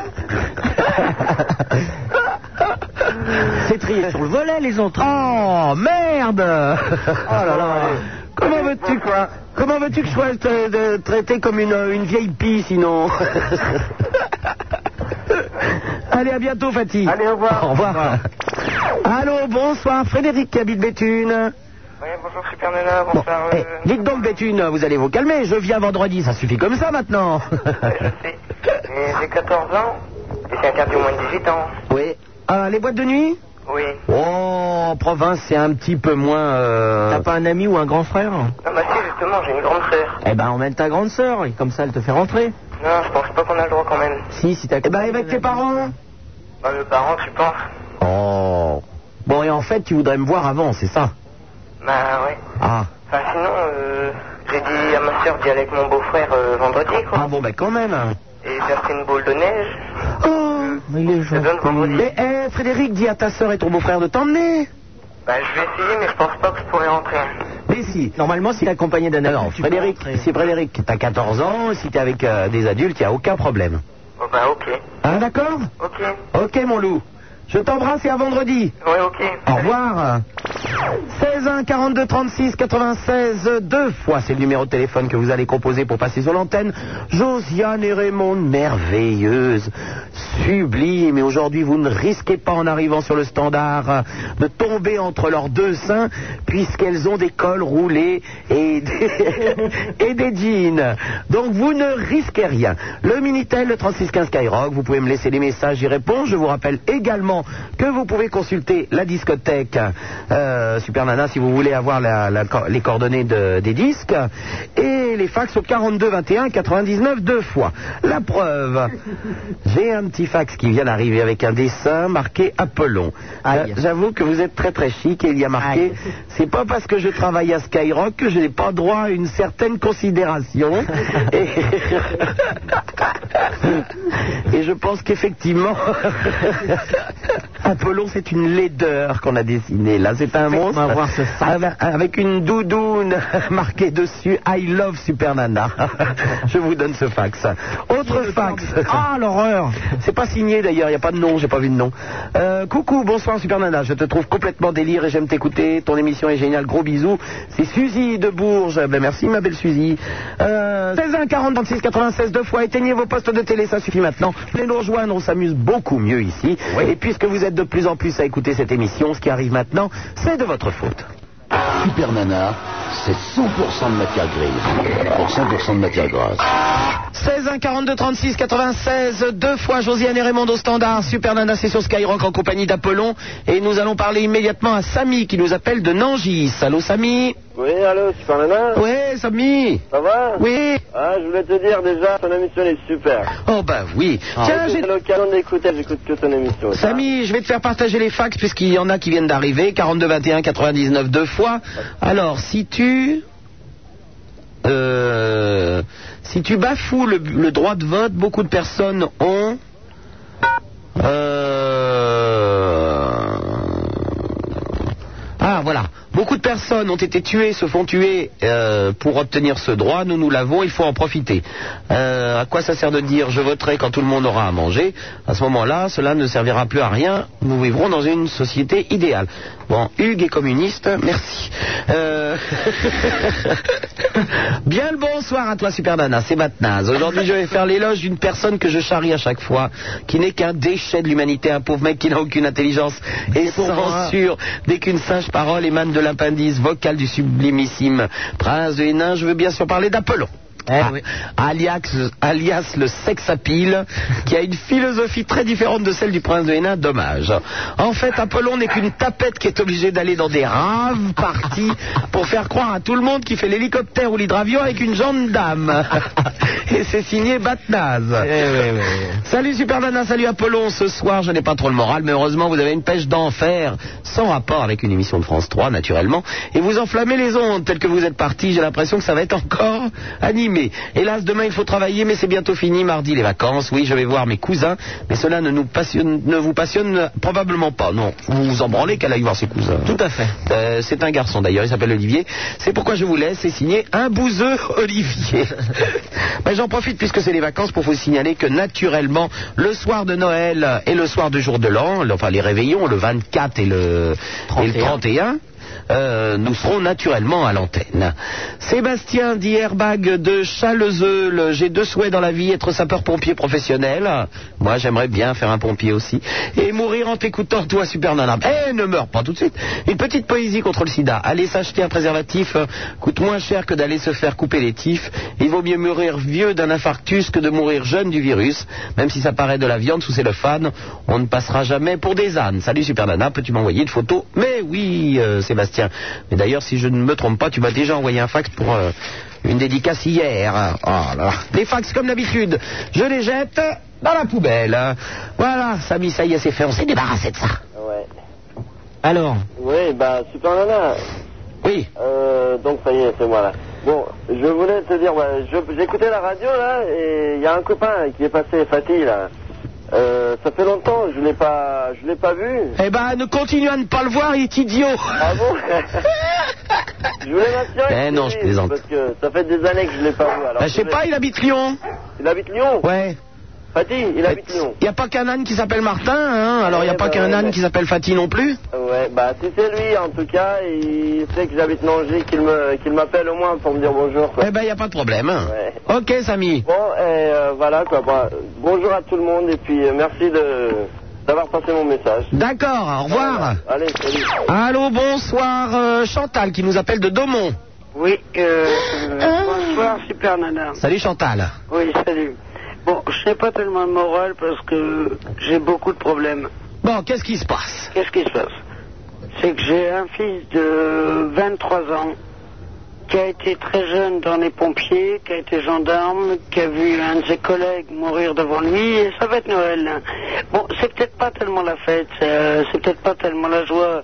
C'est trié sur le volet, les autres. Oh, merde. Oh là là. Comment veux-tu quoi Comment veux-tu que je sois tra- de- traité comme une, une vieille pie, sinon? Allez, à bientôt, Fatih. Allez, au revoir. Au revoir. Allô, bonsoir, Frédéric qui habite Béthune. Oui, bonjour Super Nana, Bon, bonsoir. eh, euh, dites donc, Béthune, vous allez vous calmer. Je viens vendredi, ça suffit comme ça maintenant. ouais, je sais. Mais j'ai quatorze ans et c'est interdit au moins de dix-huit ans. Oui. Ah, les boîtes de nuit? Oui. Oh, en province, c'est un petit peu moins... euh, T'as pas un ami ou un grand frère? Non, bah si, justement, j'ai une grande sœur. Eh ben, emmène ta grande sœur, et comme ça, elle te fait rentrer. Non, je pense pas qu'on a le droit quand même. Si, si t'as... Eh ben, avec tes parents. Bah, mes parents, tu penses? Oh. Bon, et en fait, tu voudrais me voir avant, c'est ça? Bah, ouais. Ah. Enfin, sinon, euh, j'ai dit à ma sœur d'y aller avec mon beau-frère euh, vendredi, quoi. Ah bon, ben quand même. Et j'ai acheté une boule de neige. Oh. Il est Je donne vendredi. Mais, eh, Frédéric, dis à ta sœur et ton beau-frère de t'emmener. Bah, je vais essayer, mais je pense pas que je pourrai rentrer. Mais si. Normalement, s'il est accompagné d'un Non, adulte, tu Frédéric, peux rentrer. si Frédéric, t'as quatorze ans, si t'es avec euh, des adultes, il n'y a aucun problème. Oh, bah, ok. Hein, d'accord? Ok. Ok, mon loup. Je t'embrasse et à vendredi. Ouais, ok. Au revoir. seize un quarante-deux trente-six quatre-vingt-seize, deux fois, c'est le numéro de téléphone que vous allez composer pour passer sur l'antenne. Josiane et Raymond, merveilleuse, sublime. Et aujourd'hui, vous ne risquez pas, en arrivant sur le standard, de tomber entre leurs deux seins, puisqu'elles ont des cols roulés et des, et des jeans. Donc, vous ne risquez rien. Le Minitel, le trente-six quinze Skyrock, vous pouvez me laisser des messages, j'y réponds. Je vous rappelle également que vous pouvez consulter la discothèque euh, Super Nana si vous voulez avoir la, la, les coordonnées de, des disques, et les fax au quarante-deux vingt et un quatre-vingt-dix-neuf deux fois. La preuve, j'ai un petit fax qui vient d'arriver avec un dessin marqué Apollon. Aïe. J'avoue que vous êtes très très chic, et il y a marqué Aïe. c'est pas parce que je travaille à Skyrock que je n'ai pas droit à une certaine considération. et... et je pense qu'effectivement Apollon, c'est une laideur qu'on a dessinée là. C'est un monstre On va voir ce fax. avec, avec une doudoune marquée dessus I love Super Nana. Je vous donne ce fax. Autre fax. Ah, l'horreur. C'est pas signé d'ailleurs, il n'y a pas de nom, j'ai pas vu de nom. Euh, coucou, bonsoir Super Nana. Je te trouve complètement délire et j'aime t'écouter. Ton émission est géniale, gros bisous. C'est Suzy de Bourges. Ben, merci ma belle Suzy. Euh, seize un quarante trente-six quatre-vingt-seize deux fois. Éteignez vos postes de télé, ça suffit maintenant. Venez nous rejoindre, on s'amuse beaucoup mieux ici. Et puisque vous êtes de plus en plus à écouter cette émission, ce qui arrive maintenant, c'est de votre faute. Super Nana, c'est cent pour cent de matière grise pour cent pour cent de matière grasse. seize un quarante-deux trente-six quatre-vingt-seize, deux fois Josiane et Raymond au standard. Super Nana, c'est sur Skyrock en compagnie d'Apollon. Et nous allons parler immédiatement à Samy qui nous appelle de Nangis. Allô Samy? Oui, allô, Super Nana? Oui, Samy. Ça va? Oui. Ah, je voulais te dire déjà, ton émission est super. Oh bah oui. Tiens, j'ai j'ai l'occasion d'écouter, j'écoute que ton émission. Samy, je vais te faire partager les fax puisqu'il y en a qui viennent d'arriver. quarante-deux vingt et un quatre-vingt-dix-neuf deux fois. Alors, si tu... Euh, si tu bafoues le, le droit de vote, beaucoup de personnes ont... Euh... Ah, voilà. Beaucoup de personnes ont été tuées, se font tuer euh, pour obtenir ce droit. Nous, nous l'avons, il faut en profiter. Euh, à quoi ça sert de dire « je voterai quand tout le monde aura à manger » ? À ce moment-là, cela ne servira plus à rien. Nous vivrons dans une société idéale. Bon, Hugues est communiste, merci. Euh... Bien le bonsoir à toi, Super Nana, c'est Batnaz. Aujourd'hui, je vais faire l'éloge d'une personne que je charrie à chaque fois, qui n'est qu'un déchet de l'humanité, un pauvre mec qui n'a aucune intelligence et souvent sûr, dès qu'une sage parole émane de l'appendice vocal du sublimissime prince de Hénin, je veux bien sûr parler d'Apollon. Eh Ah, oui. alias, alias le sexapile, qui a une philosophie très différente de celle du prince de Hénin, dommage. En fait, Apollon n'est qu'une tapette qui est obligée d'aller dans des raves parties pour faire croire à tout le monde qu'il fait l'hélicoptère ou l'hydravion avec une gendarme. Et c'est signé Batnaz. Eh oui, oui, oui. Salut Super Nana, salut Apollon. Ce soir, je n'ai pas trop le moral, mais heureusement, vous avez une pêche d'enfer, sans rapport avec une émission de France trois, naturellement, et vous enflammez les ondes. Tel que vous êtes parti, j'ai l'impression que ça va être encore animé. Hélas, demain, il faut travailler, mais c'est bientôt fini. Mardi, les vacances. Oui, je vais voir mes cousins, mais cela ne, nous passionne, ne vous passionne probablement pas. Non, vous vous en branlez qu'elle aille voir ses cousins. Tout à fait. Euh, c'est un garçon, d'ailleurs, il s'appelle Olivier. C'est pourquoi je vous laisse, c'est signé un bouseux Olivier. Ben, j'en profite, puisque c'est les vacances, pour vous signaler que, naturellement, le soir de Noël et le soir du jour de l'an, enfin les réveillons, le vingt-quatre et le, et le trente et un, Euh, nous serons naturellement à l'antenne. Sébastien dit Airbag de Chaleuzeul. J'ai deux souhaits dans la vie, être sapeur-pompier professionnel. Moi, j'aimerais bien faire un pompier aussi. Et mourir en t'écoutant, toi, Super Nana. Eh, ne meurs pas tout de suite. Une petite poésie contre le sida. Aller s'acheter un préservatif euh, coûte moins cher que d'aller se faire couper les tifs. Il vaut mieux mourir vieux d'un infarctus que de mourir jeune du virus. Même si ça paraît de la viande sous cellophane, on ne passera jamais pour des ânes. Salut Super Nana, peux-tu m'envoyer une photo? Mais oui, euh, Sébastien. Mais d'ailleurs, si je ne me trompe pas, tu m'as déjà envoyé un fax pour euh, une dédicace hier. Oh là là. Les fax, comme d'habitude, je les jette dans la poubelle. Voilà, Samy, ça y est, c'est fait, on s'est débarrassé de ça. Ouais. Alors, Oui, bah, Super Nana. Oui. Euh, donc, ça y est, c'est moi là. Bon, je voulais te dire, bah, je- j'écoutais la radio là, et il y a un copain qui est passé, Fatih là. Euh, ça fait longtemps, je l'ai pas, je l'ai pas vu. Eh ben, ne continue à ne pas le voir, il est idiot. Ah bon? Je voulais m'assurer. Eh non, je plaisante. Parce que ça fait des années que je ne l'ai pas vu. Alors Bah, je sais pas, il habite Lyon. Il habite Lyon? Ouais. Fatih, il habite Lyon. Il n'y a pas qu'un âne qui s'appelle Martin, hein. Alors il n'y a Ouais, pas bah, qu'un ouais, âne mais- qui s'appelle Fatih non plus. Ouais, bah si c'est lui en tout cas, il sait que j'habite Nangis, qu'il me, qu'il m'appelle au moins pour me dire bonjour. Quoi. Eh ben, il n'y a pas de problème. Ouais. Ok, Samy. Bon, et euh, voilà quoi. Bah, bonjour à tout le monde et puis euh, merci de d'avoir passé mon message. D'accord, au revoir. Allez, salut. Allô, bonsoir, euh, Chantal qui nous appelle de Daumont. Oui, euh, euh, bonsoir, Super Nana. Salut Chantal. Oui, salut. Bon, je n'ai pas tellement de morale parce que j'ai beaucoup de problèmes. Bon, qu'est-ce qui se passe? Qu'est-ce qui se passe? C'est que j'ai un fils de vingt-trois ans qui a été très jeune dans les pompiers, qui a été gendarme, qui a vu un de ses collègues mourir devant lui, et ça va être Noël. Bon, c'est peut-être pas tellement la fête, euh, c'est peut-être pas tellement la joie,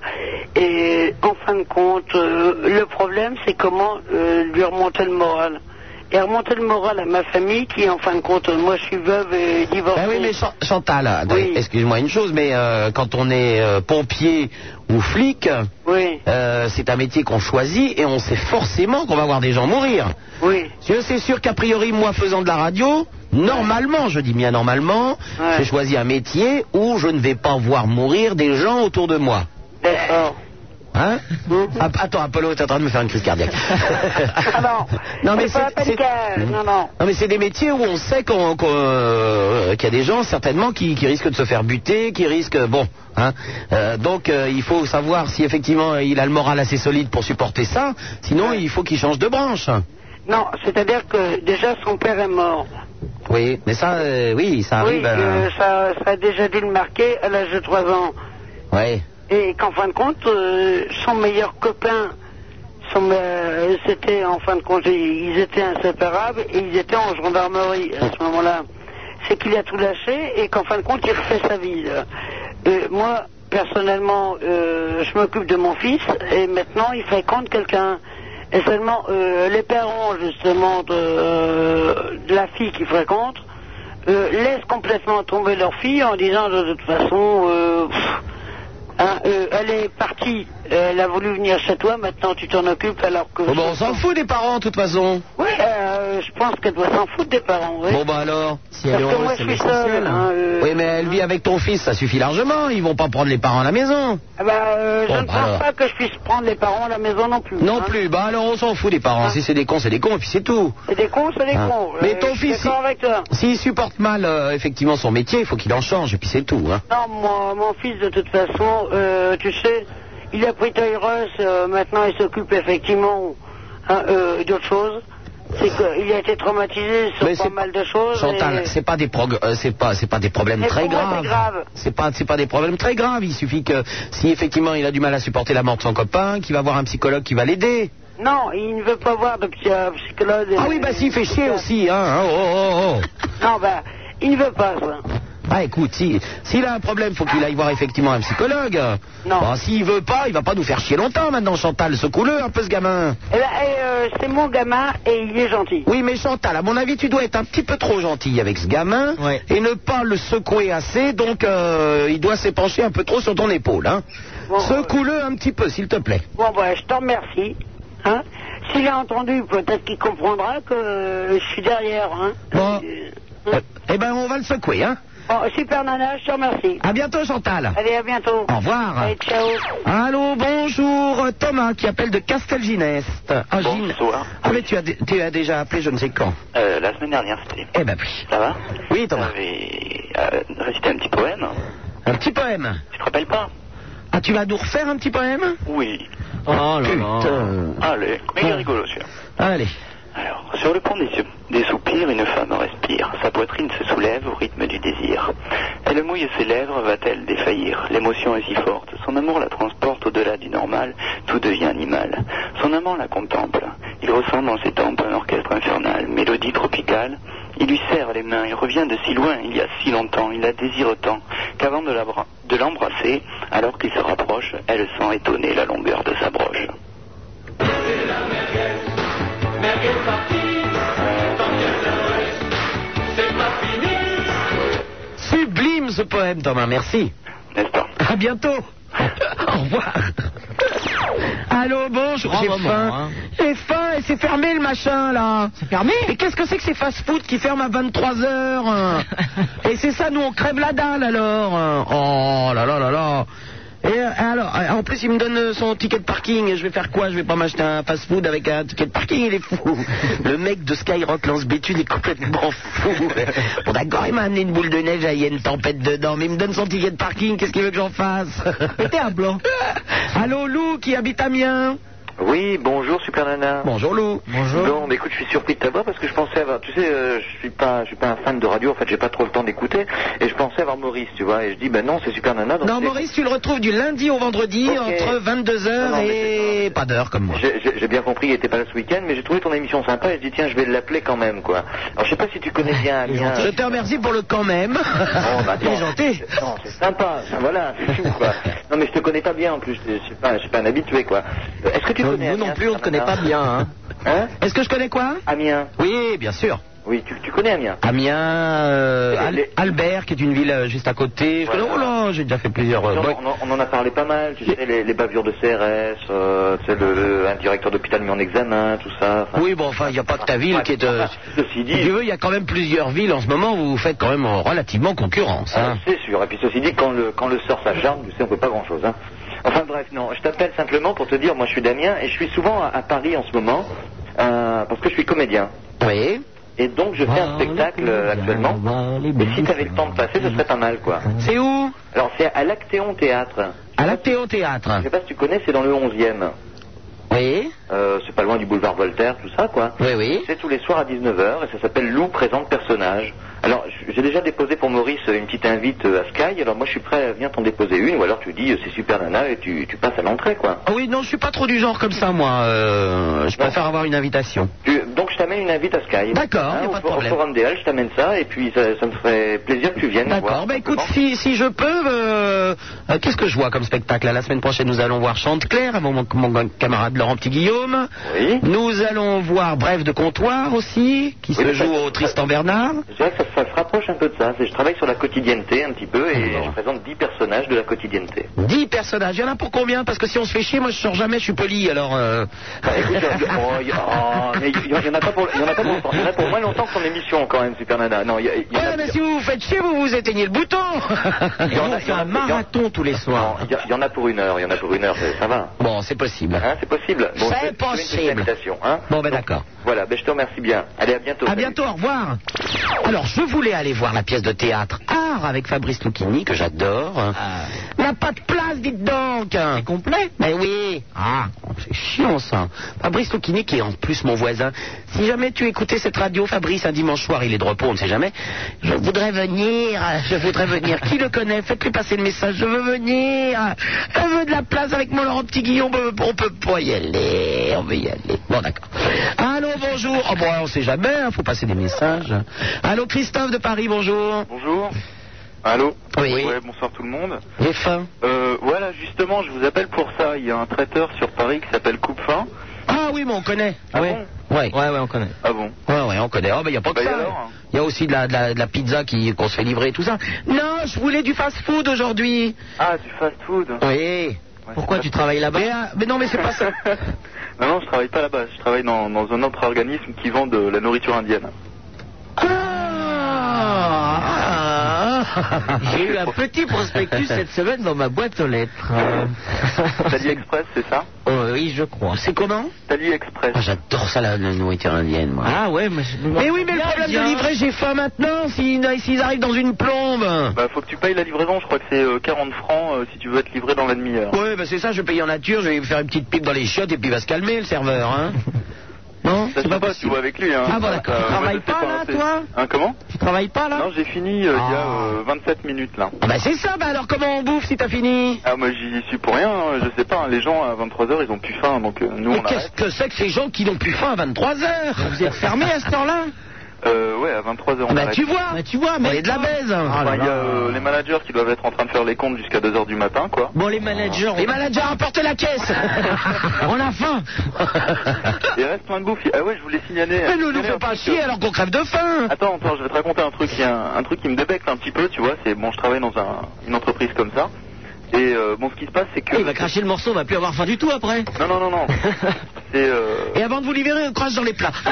et en fin de compte, euh, le problème c'est comment euh, lui remonter le moral. Et remonter le moral à ma famille qui, en fin de compte, moi je suis veuve et divorcée. Ben oui, mais Chan- Chantal, attendez, excuse-moi une chose, mais euh, quand on est euh, pompier ou flic, oui. euh, c'est un métier qu'on choisit et on sait forcément qu'on va voir des gens mourir. Oui. C'est sûr qu'a priori, moi faisant de la radio, normalement, je dis bien normalement, Ouais. j'ai choisi un métier où je ne vais pas voir mourir des gens autour de moi. D'accord. Hein? Ah, attends, Apollo est en train de me faire une crise cardiaque. Ah non, Non, mais c'est pas c'est- la peine c'est- que- Non, non. Non mais c'est des métiers où on sait qu'on, qu'on, euh, qu'il y a des gens certainement qui, qui risquent de se faire buter, qui risquent... Bon, hein. Euh, donc euh, il faut savoir si effectivement il a le moral assez solide pour supporter ça, sinon il faut qu'il change de branche. Non, c'est-à-dire que déjà son père est mort. Oui, mais ça, euh, oui, ça arrive... Oui, euh, euh, ça, ça a déjà dû le marquer à l'âge de trois ans. ouais. Et qu'en fin de compte, euh, son meilleur copain, son, euh, c'était en fin de compte, ils étaient inséparables et ils étaient en gendarmerie à ce moment-là. C'est qu'il a tout lâché et qu'en fin de compte, il refait sa vie. là. Euh, moi, personnellement, euh, je m'occupe de mon fils et maintenant il fréquente quelqu'un. Et seulement euh, les parents, justement, de, euh, de la fille qu'il fréquente, euh, laissent complètement tomber leur fille en disant de toute façon... Euh, pff, Hein, euh, elle est partie, elle a voulu venir chez toi, maintenant tu t'en occupes alors que... Bon, bah, on s'en fout des parents de toute façon. Oui, euh, je pense qu'elle doit s'en foutre des parents, oui. Bon bah alors, si Parce que moi je suis seul. Hein, euh, Oui mais elle vit avec ton fils, ça suffit largement, ils vont pas prendre les parents à la maison. ah bah, euh, Bon, je ne bah, pense alors. pas que je puisse prendre les parents à la maison non plus. Non hein. plus, bah alors on s'en fout des parents, si c'est des cons c'est des cons et puis c'est tout. C'est des cons, c'est des Hein. cons. Mais Euh, ton je suis fils, d'accord avec toi. S'il supporte mal euh, effectivement son métier, il faut qu'il en change et puis c'est tout. Hein. Non, moi, mon fils, de toute façon, euh, tu sais, il a pris Taïros, euh, maintenant il s'occupe effectivement hein, euh, d'autres choses. C'est qu'il a été traumatisé sur Mais pas c'est- mal de choses. Chantal, et- c'est pas des prog- euh, c'est pas c'est pas des problèmes Mais très pour moi, graves. c'est grave. C'est pas c'est pas des problèmes très graves. Il suffit que si effectivement il a du mal à supporter la mort de son copain, qu'il va voir un psychologue qui va l'aider. Non, il ne veut pas voir de psy- euh, psychologue. Ah oui bah s'il fait chier aussi hein. hein, Oh, oh, oh. Non, bah, il ne veut pas ça. Ah écoute, si s'il a un problème, faut qu'il aille voir effectivement un psychologue. Non. Bon, s'il veut pas, il va pas nous faire chier longtemps maintenant, Chantal. Secoue-le un peu ce gamin. Eh ben, eh, euh, c'est mon gamin et il est gentil. Oui, mais Chantal, à mon avis, tu dois être un petit peu trop gentil avec ce gamin et ne pas le secouer assez, donc euh, il doit s'épancher un peu trop sur ton épaule. Hein. Bon, Secoue-le un petit peu, s'il te plaît. Bon, bah, je t'en remercie. Hein. S'il a entendu, peut-être qu'il comprendra que euh, je suis derrière. Hein. Bon. Euh, Euh, eh ben, on va le secouer, hein. Bon, super nana, je te remercie. À bientôt, Chantal. Allez, à bientôt. Au revoir. Allez, ciao. Allô, bonjour, Thomas qui appelle de Castelginest. Ah, Gine- Bonsoir. Ah, mais tu as, dé- tu as déjà appelé je ne sais quand. Euh, la semaine dernière, c'était. Eh ben oui. Ça va? Oui, Thomas. J'avais euh, récité un petit poème. Un petit poème. Tu te rappelles pas? Ah, tu vas nous refaire un petit poème? Oui. Oh là là. Putain. Allez, mais il est rigolo celui-là. Allez. Alors, sur le pont des, su- des soupirs, une femme respire. Sa poitrine se soulève au rythme du désir. Elle mouille ses lèvres, va-t-elle défaillir? L'émotion est si forte. Son amour la transporte au-delà du normal. Tout devient animal. Son amant la contemple. Il ressent dans ses tempes un orchestre infernal. Mélodie tropicale. Il lui serre les mains. Il revient de si loin, il y a si longtemps. Il la désire tant qu'avant de, l'abra- de l'embrasser, alors qu'il se rapproche, elle sent étonner la longueur de sa broche. Sublime ce poème, Thomas, merci. N'est-ce pas? À bientôt. Au revoir. Allô, bon, j'ai Grand moment, faim. hein. J'ai faim et c'est fermé le machin là. C'est fermé? Et qu'est-ce que c'est que ces fast-food qui ferment à vingt-trois heures? Et c'est ça, nous on crève la dalle alors. Oh là là là là. Et euh, alors, euh, en plus, il me donne son ticket de parking. Et je vais faire quoi? Je vais pas m'acheter un fast-food avec un ticket de parking. Il est fou. Le mec de Skyrock Lance Béthune est complètement fou. Bon, d'accord, il m'a amené une boule de neige, il y a une tempête dedans. Mais il me donne son ticket de parking. Qu'est-ce qu'il veut que j'en fasse? T'es un blanc. Allô, Lou, qui habite Amiens? Oui, bonjour Super Nana. Bonjour Lou. Bonjour. Bon, mais écoute, je suis surpris de t'avoir parce que je pensais avoir, tu sais, euh, je suis pas, je suis pas un fan de radio, en fait, j'ai pas trop le temps d'écouter, et je pensais avoir Maurice, tu vois, et je dis, ben non, c'est Super Nana. Donc non, c'est... Maurice, tu le retrouves du lundi au vendredi, okay, entre vingt-deux heures et pas d'heure comme moi. J'ai, j'ai, j'ai bien compris, il était pas là ce week-end, mais j'ai trouvé ton émission sympa, et je dis, tiens, je vais l'appeler quand même, quoi. Alors, je sais pas si tu connais bien Amiens. Je te remercie pour le quand même. Oh, bah, attends, gentil. C'est, non, c'est sympa, voilà, c'est fou, quoi. Non, mais je te connais pas bien, en plus, je suis pas, je suis pas un habitué, quoi. Est-ce que tu non, connais nous Amiens, non plus, on ne connaît pas bien, hein. Hein? Est-ce que je connais quoi? Amiens. Oui, bien sûr. Oui, tu, tu connais Amiens? Amiens, euh, les, Al- les... Albert, qui est une ville euh, juste à côté. Voilà. Je connais, oh là, j'ai déjà fait plusieurs... Euh, on, ouais. on, on en a parlé pas mal, tu sais, les, les bavures de C R S, euh, tu sais, le, le, un directeur d'hôpital mis en examen, tout ça. Enfin, oui, bon, enfin, il n'y a pas que ta ville ouais, qui est... Euh, ceci dit... Si tu veux, il y a quand même plusieurs villes en ce moment où vous faites quand même relativement concurrence. Hein. Ah, c'est sûr, et puis ceci dit, quand le, quand le sort s'acharne, tu sais, on peut pas grand-chose, hein. Enfin bref, non, je t'appelle simplement pour te dire, moi je suis Damien, et je suis souvent à, à Paris en ce moment, euh, parce que je suis comédien. Oui. Et donc je fais un spectacle euh, actuellement, et si tu avais le temps de passer, ce serait pas mal, quoi. C'est où? Alors c'est à l'Actéon Théâtre. À l'Actéon Théâtre. Je sais pas si tu connais, c'est dans le onzième. Oui. Euh, c'est pas loin du boulevard Voltaire, tout ça, quoi. Oui, oui. C'est tous les soirs à dix-neuf heures, et ça s'appelle Lou présente personnage. Alors, j'ai déjà déposé pour Maurice une petite invite à Sky, alors moi je suis prêt à venir t'en déposer une, ou alors tu dis c'est Super Nana et tu, tu passes à l'entrée, quoi. Ah oui, non, je suis pas trop du genre comme ça, moi. Euh, je préfère avoir une invitation. Tu, donc je t'amène une invite à Sky. D'accord, hein, y a au, pas de problème. Au Forum des Halles, je t'amène ça, et puis ça, ça me ferait plaisir que tu viennes. D'accord, bah écoute, si, si je peux, euh, euh, qu'est-ce que je vois comme spectacle là? La semaine prochaine, nous allons voir Chante-Claire avec mon, mon camarade Laurent Petit-Guillaume. Oui. Nous allons voir Bref de comptoir aussi, qui oui, se joue ça, au Tristan Bernard. Je dirais que ça, ça se rapproche un peu de ça. C'est, je travaille sur la quotidienneté un petit peu, et bon. Je présente dix personnages de la quotidienneté. dix personnages, il y en a pour combien? Parce que si on se fait chier, moi je sors jamais, je suis poli, alors... Euh... Bah, écoute, il y, oh, y, y, y en a pas pour, y en a pas pour longtemps. Il y en a pour moins longtemps que ton émission quand même, Super Nana. Non, y, y, y ouais, a, mais y... si vous vous faites chier, vous vous éteignez le bouton. Il y en a, fait un marathon tous les soirs. Il y, y en a pour une heure, il y en a pour une heure, ça va. Bon, c'est possible. Hein, c'est possible. Bon, c'est possible. Hein. Bon, ben d'accord. Voilà, ben je te remercie bien. Allez, à bientôt. À salut. bientôt, au revoir. Alors, je voulais aller voir la pièce de théâtre Art avec Fabrice Lucchini, que j'adore. Ah. N'a pas de place, dites donc. C'est complet? Mais oui. Ah, c'est chiant ça. Fabrice Lucchini, qui est en plus mon voisin. Si jamais tu écoutais cette radio, Fabrice, un dimanche soir, il est de repos, on ne sait jamais. Je voudrais venir, je voudrais venir. Qui le connaît? Faites-lui passer le message. Je veux venir. Je veux de la place avec mon Laurent Petit-Guillaume. On peut pas y aller. On veut y aller. Bon, d'accord. Allô, bonjour. Oh, bon, on sait jamais, il hein, faut passer des messages. Allô, Christophe de Paris, bonjour. Bonjour. Allô. Oui. Ouais, bonsoir tout le monde. J'ai faim. Euh, voilà, justement, je vous appelle pour ça. Il y a un traiteur sur Paris qui s'appelle Coupe-Fin. Ah oui, mais on connaît. Ah ouais. bon ouais. Ouais, ouais, on connaît. Ah bon? Ouais, ouais, on connaît. Oh, ben, il n'y a pas que bah, ça. Alors, hein. Il y a aussi de la, de la, de la pizza qui, qu'on se fait livrer et tout ça. Non, je voulais du fast-food aujourd'hui. Ah, du fast-food. Oui. Ouais, pourquoi tu travailles là-bas? mais, euh, mais non, mais c'est pas ça. Non, non, je travaille pas là-bas. Je travaille dans, dans un autre organisme qui vend de la nourriture indienne. Ah, ah, ah. J'ai eu un petit prospectus cette semaine dans ma boîte aux lettres. Tali Express, c'est ça? Oh, oui, je crois. C'est comment? Tali Express. Ah, j'adore ça, la, la nourriture indienne, moi. Ah ouais, mais... Mais oui, mais le problème bien. de livrer, j'ai faim maintenant, s'ils, s'ils arrivent dans une plombe. Bah, faut que tu payes la livraison, je crois que c'est euh, quarante francs euh, si tu veux être livré dans la demi-heure. Ouais, bah c'est ça, je vais payer en nature, je vais faire une petite pipe dans les chiottes et puis il va se calmer, le serveur, hein. Non, ça, c'est pas possible. Tu vois avec lui, hein. Ah bon, d'accord. Euh, tu travailles pas, pas, là, toi? Hein, comment? Tu travailles pas, là? Non, j'ai fini euh, ah. il y a euh, vingt-sept minutes, là. Ah bah c'est ça, bah alors comment on bouffe si t'as fini? Ah, moi j'y suis pour rien, hein. Je sais pas, hein. Les gens à vingt-trois heures, ils ont plus faim, donc euh, nous mais on qu'est-ce que c'est que ces gens qui n'ont plus faim à vingt-trois heures? Vous êtes fermés à cette heure-là? Euh, ouais, à vingt-trois heures on bah arrête. tu vois, bah tu vois, mais il y a de la baise. Enfin, il y a euh, les managers qui doivent être en train de faire les comptes jusqu'à deux heures du matin, quoi. Bon, les managers... Les managers, apportez la caisse. On a faim. Il reste plein de bouffe. Ah ouais, je voulais signaler... Mais nous nous fait pas chier alors qu'on crève de faim. Attends, attends, je vais te raconter un truc qui, un, un truc qui me débecte un petit peu, tu vois. C'est bon, je travaille dans un, une entreprise comme ça. Et euh, bon, ce qui se passe, c'est que... Ah, il va cracher le morceau, on va plus avoir faim du tout après. Non, non, non, non. C'est... Euh... Et avant de vous libérer, on crache dans les plats.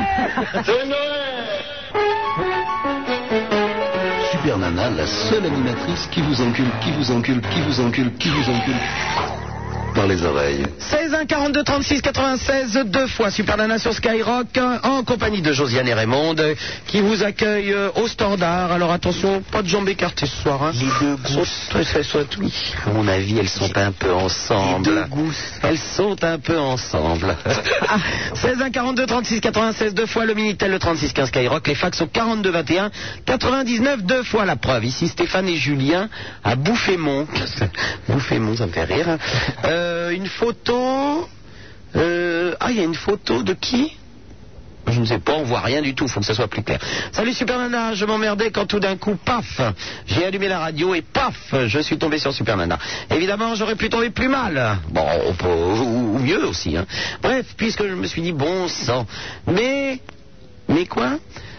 Super Nana, la seule animatrice qui vous encule, qui vous encule, qui vous encule, qui vous encule par les oreilles. seize un quarante-deux trente-six quatre-vingt-seize, deux fois Super Nana sur Skyrock, en compagnie de Josiane et Raymond, qui vous accueillent au standard. Alors attention, pas de jambes écartées ce soir. Hein. Les deux gousses. Soit, soit, oui. À mon avis, elles sont un peu ensemble. Les deux gousses. Elles sont un peu ensemble. seize un quarante-deux trente-six quatre-vingt-seize, deux fois le Minitel, le trente-six quinze Skyrock, les fax au quarante-deux vingt et un quatre-vingt-dix-neuf, deux fois la preuve. Ici Stéphane et Julien à Bouffémont. Bouffémont, ça me fait rire. Euh, une photo... Euh, ah, il y a une photo de qui ? Je ne sais pas, on voit rien du tout, il faut que ça soit plus clair. Salut Super Nana, je m'emmerdais quand tout d'un coup, paf, j'ai allumé la radio et paf, je suis tombé sur Super Nana. Évidemment, j'aurais pu tomber plus mal. Bon, ou, ou mieux aussi. Hein. Bref, puisque je me suis dit, bon sang. Mais, mais quoi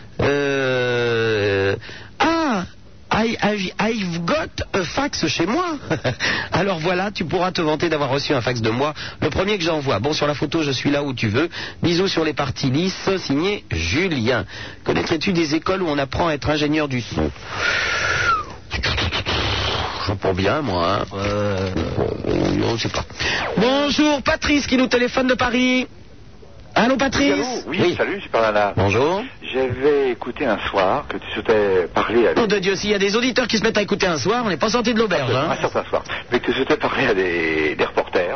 euh, Ah I, I, I've got a fax chez moi. Alors voilà, tu pourras te vanter d'avoir reçu un fax de moi, le premier que j'envoie. Bon, sur la photo, je suis là où tu veux. Bisous sur les parties lisses, signé Julien. Connaîtrais-tu des écoles où on apprend à être ingénieur du son ? J'entends bien, moi. Hein. Euh... Bon, je sais pas. Bonjour, Patrice qui nous téléphone de Paris. Allô, Patrice ? Oui, allô, oui, oui, salut, Super Nana. Bonjour. J'avais écouté un soir que tu souhaitais parler avec... Oh de Dieu, s'il y a des auditeurs qui se mettent à écouter un soir, on n'est pas sorti de l'auberge. Hein. Un certain soir. Mais que tu souhaitais parler à des, des reporters.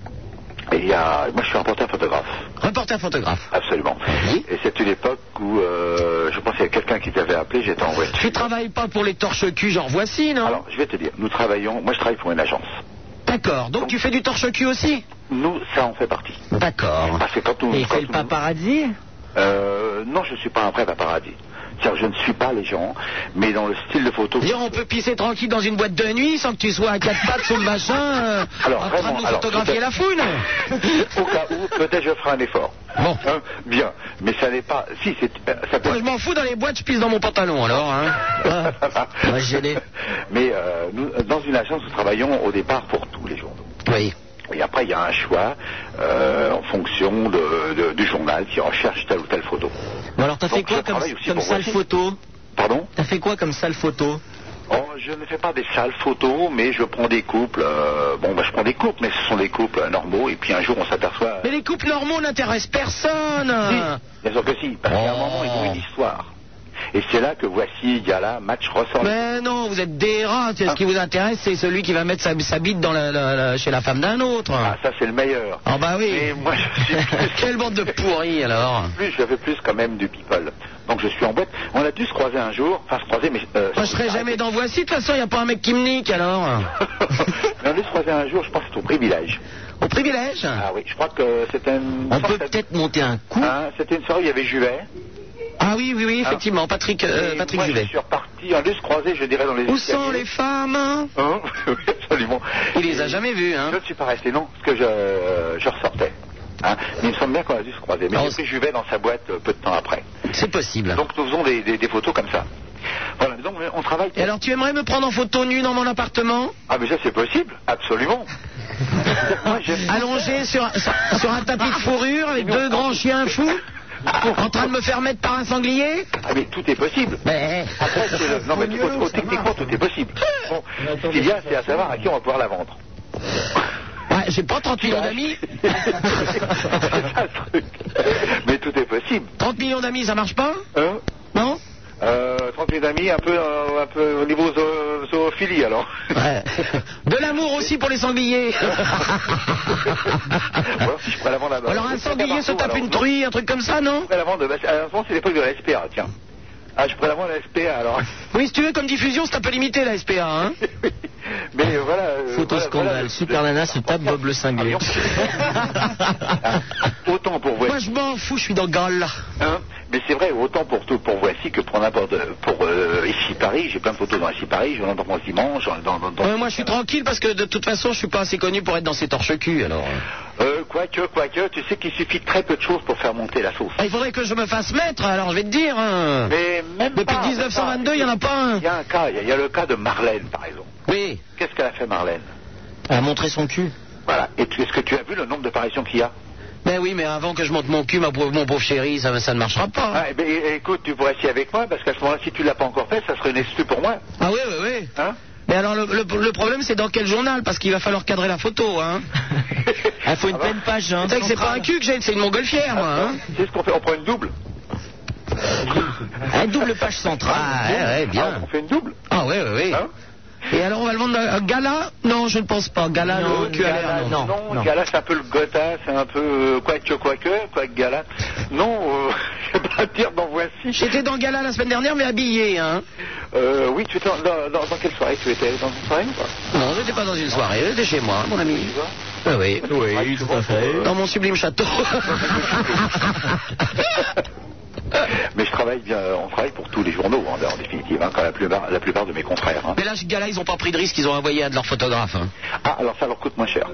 Et il y a... Moi, je suis un reporter photographe. Reporter photographe. Absolument. Oui. Et c'est une époque où, euh, je pense qu'il y a quelqu'un qui t'avait appelé, j'étais en voiture. Tu travailles pas pour les torches-cul, genre voici, non ? Alors, je vais te dire, nous travaillons... Moi, je travaille pour une agence. D'accord. Donc, Donc tu fais du torche-cul aussi ? Nous, ça en fait partie. D'accord. Parce que quand on... Et quand c'est le on... paparazzi ? Euh, non, je ne suis pas un vrai paparazzi. C'est-à-dire, je ne suis pas les gens, mais dans le style de photo... Dire, on peut pisser tranquille dans une boîte de nuit sans que tu sois à quatre pattes sur le machin, euh, alors, en vraiment, train de nous alors, photographier la foule. Au cas où, peut-être je ferai un effort. Bon. Hein, bien, mais ça n'est pas... Si, c'est... Ça peut... Moi, je m'en fous, dans les boîtes, je pisse dans mon pantalon, alors. Hein. Ah, moi, gêné. Mais euh, nous, dans une agence, nous travaillons au départ pour tous les journaux. Oui. Et après, il y a un choix euh, en fonction de, de, du journal qui recherche telle ou telle photo. Bon, alors, t'as fait Donc, quoi comme, comme sale photo ? Pardon ? T'as fait quoi comme sale photo ? Oh, je ne fais pas des sales photos, mais je prends des couples. Euh, bon, bah, je prends des couples, mais ce sont des couples euh, normaux. Et puis un jour, on s'aperçoit. Mais les couples normaux n'intéressent personne. Si, bien sûr que si, parce qu'à un moment, ils ont une histoire. Et c'est là que voici, il y a là, match ressort. Mais non, vous êtes des rats. Ah. Ce qui vous intéresse, c'est celui qui va mettre sa, sa bite dans la, la, la, chez la femme d'un autre. Ah, ça, c'est le meilleur. Ah, bah oui. Et moi, je suis plus... Quelle bande de pourris, alors. Plus, je fais plus quand même du people. Donc, je suis en boîte. On a dû se croiser un jour. Enfin, se croiser, mais... Euh, moi, je serai jamais dans Voici. De toute façon, il n'y a pas un mec qui me nique, alors. Mais on a dû se croiser un jour, je pense que c'est au privilège. Au privilège ? Ah oui, je crois que c'était une... On peut peut-être monter un coup. Hein, c'était une soirée où il y avait Juvet. Ah oui, oui, oui, effectivement, Patrick, euh, Patrick moi, Juvet. Je suis reparti, on a dû se croiser, je dirais, dans les Où escaliers. sont les femmes hein Oui, absolument. Il les a jamais vues, hein. Je ne suis pas resté, non, parce que je, je ressortais. Hein. Mais il me semble bien qu'on a dû se croiser. Mais j'ai pris Juvet dans sa boîte euh, peu de temps après. C'est possible. Donc nous faisons des, des, des photos comme ça. Voilà, donc on travaille... Et alors, tu aimerais me prendre en photo nue dans mon appartement ? Ah, mais ça, c'est possible, absolument. Moi, allongé sur, sur, sur un tapis de fourrure avec deux grands chiens fous en train de me faire mettre par un sanglier ? Ah, mais tout est possible. Mais... Après, c'est le... Non, mais tout, tout, techniquement, tout est possible. Bon, ce qu'il y a, c'est à savoir à qui on va pouvoir la vendre. Ouais, j'ai pas trente millions d'amis. C'est ça le truc. Mais tout est possible. trente millions d'amis, ça marche pas ? Hein ? Non ? Euh, trente mille d'amis, un peu, euh, un peu au niveau zo zoophilie alors. Ouais. De l'amour aussi pour les sangliers. Bon, si je pourrais la vendre là-bas. Alors un sanglier se tape une truie, un truc comme ça, non ? Je pourrais la vendre, bah, à l'instant c'est l'époque de la S P A, tiens. Ah, je pourrais la vendre à la S P A alors. Oui, si tu veux, comme diffusion, c'est un peu limité la S P A, hein. Mais euh, voilà. Euh, Photo voilà, scandale, voilà, Super Nana se tape Bob le cinglé. Autant pour Voici. Moi je m'en fous, je suis dans le gal. Hein, mais c'est vrai, autant pour tout, pour Voici que pour n'importe, pour euh, ici Paris, j'ai plein de photos dans ici Paris, je l'entends ce dimanche, dans, dans, dans... Euh, moi je suis tranquille parce que de toute façon je suis pas assez connu pour être dans ces torches-cul alors. Euh, quoique, quoique, tu sais qu'il suffit de très peu de choses pour faire monter la sauce. Ah, il faudrait que je me fasse mettre, alors je vais te dire. Hein. Mais même Depuis pas, mille neuf cent vingt-deux, il n'y en a pas un. Il y a un cas, il y, y a le cas de Marlène par exemple. Oui. Qu'est-ce qu'elle a fait, Marlène? Elle a montré son cul. Voilà. Et tu- est-ce que tu as vu le nombre d'apparitions qu'il y a? Ben oui, mais avant que je monte mon cul, ma pauvre- mon pauvre chéri, ça, ça ne marchera pas. Ah, eh ben, é- écoute, tu pourrais essayer avec moi, parce qu'à ce moment-là, si tu l'as pas encore fait, ça serait une excuse pour moi. Ah oui, oui, oui. Hein? Mais alors, le, le- le problème, c'est dans quel journal? Parce qu'il va falloir cadrer la photo, hein. Il faut une pleine page, hein. C'est vrai que c'est pas un cul que j'ai, c'est une montgolfière, moi, hein. C'est ce qu'on fait, on prend une double. Un double page centrale. Ah, ouais, ouais, bien. Ah, on fait une double. Ah, oui, oui, oui. Hein? Et alors, on va le vendre à Gala? Non, je ne pense pas. Gala, Non, le cul à l'air, Gala, non. Non, non. Gala, c'est un peu le Gotha, c'est un peu euh, quoique, quoique, quoique Gala. Non, euh, je vais pas dire d'en voici. J'étais dans Gala la semaine dernière, mais habillé, hein. Euh, oui, tu étais dans, dans, dans, dans quelle soirée? Tu étais dans une soirée ou pas? Non, j'étais pas dans une soirée, j'étais chez moi, mon ami. Ah oui, Oui, tout à fait. dans mon sublime château. Mais je travaille bien, on travaille pour tous les journaux, hein, en définitive, hein, quand la plupart, la plupart de mes confrères. Hein. Mais là, ce gars-là, ils ont pas pris de risque, ils ont envoyé un de leurs photographes. Hein. Ah, alors ça leur coûte moins cher.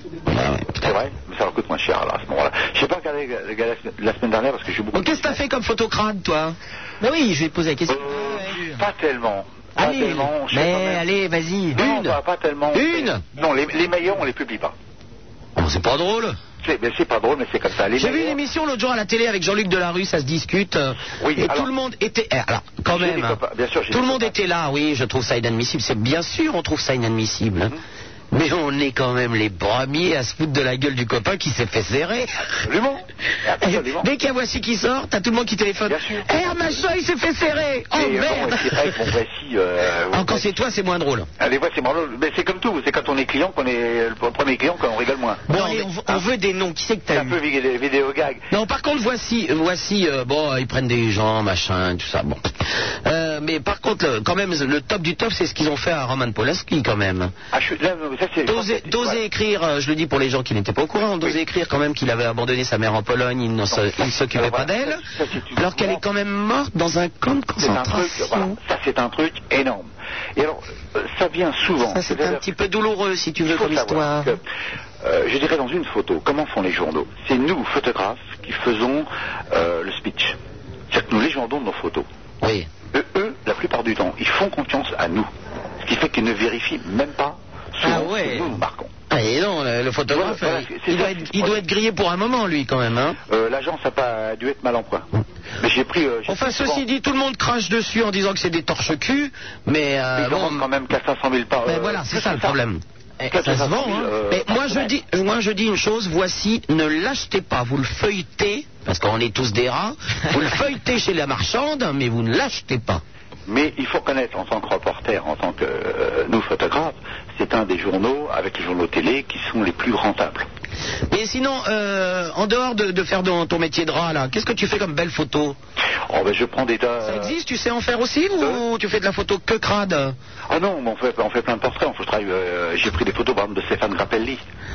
C'est vrai, mais ça leur coûte moins cher alors, à ce moment-là. Je sais pas regarder le gars la semaine dernière parce que j'ai beaucoup. Donc, qu'est-ce que t'as fait comme photocrade, toi? Mais oui, je vais te poser la question. Euh, pas tellement. Pas Allez, tellement. je sais mais pas même. allez, vas-y. Non, Une. pas, pas tellement. Une. Non, les, les meilleurs, on les publie pas. Oh, c'est pas drôle. C'est, ben, c'est pas drôle, mais c'est comme ça. Les J'ai vu meilleurs- une émission l'autre jour à la télé avec Jean-Luc Delarue, ça se discute. euh, Oui, et alors- tout le monde était. eh, Alors, quand J'ai même. des hein, copains, bien sûr, j'ai tout des le monde copains. était là, oui, je trouve ça inadmissible. C'est bien sûr, on trouve ça inadmissible. hein. Mm-hmm. Mais on est quand même les premiers à se foutre de la gueule du copain qui s'est fait serrer. Absolument. Absolument. Dès qu'il y a Voici qui sort, t'as tout le monde qui téléphone. Bien sûr. Eh, machin, il s'est fait serrer. Oh Et, euh, merde. bon, c'est vrai que mon Voici. Euh, Ah, quand c'est toi, c'est moins drôle. Allez, ouais, c'est marrant. Mais c'est comme tout. C'est quand on est client qu'on est le premier client qu'on rigole moins. Bon, allez, on, on veut des noms. Qui c'est que C'est t'as un eu? peu vidéo, vidéo gag. Non, par contre, voici, euh, voici, euh, bon, ils prennent des gens, machin, tout ça, bon. Euh, mais par contre, le- quand même, le top du top, c'est ce qu'ils ont fait à Roman Polanski, quand même. Ah, je suis là, ça c'est. D'oser d'oser écrire, euh, je le dis pour les gens qui n'étaient pas au courant, d'oser écrire quand même qu'il avait abandonné sa mère en Pologne, il ne se- il ne s'occupait alors, pas voilà, d'elle, ça, c'est une- alors qu'elle est quand même morte dans un camp de C'est un truc, concentration. voilà, ça c'est un truc énorme. Et alors, euh, ça vient souvent. Ça, c'est un C'est-à-dire- petit peu douloureux, si tu Il veux, faut comme savoir histoire. que, euh, je dirais dans une photo, comment font les journaux? C'est nous, photographes, qui faisons euh, le speech. C'est-à-dire que nous légendons nos photos. Oui. Eux, eux, la plupart du temps, ils font confiance à nous. Ce qui fait qu'ils ne vérifient même pas souvent Ah ouais. ce que nous nous marquons. Ah, et non, le, le photographe, Voilà, euh, voilà, c'est il, ça doit qui être, se il doit produit. être grillé pour un moment, lui, quand même, hein. Euh, L'agence n'a pas dû être mal en point. Mais j'ai pris. Euh, j'ai Enfin, pris souvent- ceci dit, tout le monde crache dessus en disant que c'est des torches-cul, mais, euh, Mais ils bon, vendent quand même qu'à cinq cent mille par. mais euh, voilà, c'est plus ça que le problème. quatre cent ça se vend, mille, hein. euh, Mais par moi je semaine. dis, moi je dis une chose, voici, ne l'achetez pas, vous le feuilletez, parce qu'on est tous des rats, vous le feuilletez chez la marchande, mais vous ne l'achetez pas. Mais il faut connaître en tant que reporter, en tant que euh, nous photographes, c'est un des journaux, avec les journaux télé, qui sont les plus rentables. Et sinon, euh, en dehors de, de faire ton, ton métier de rat là, qu'est-ce que tu fais comme belle photo? Oh ben je prends des tas. Ça existe, tu sais en faire aussi, ou tu fais de la photo que crade? Ah non, mais on fait, on fait plein de portraits. On fait, je travaille, euh, j'ai pris des photos par exemple de Stéphane Grappelli.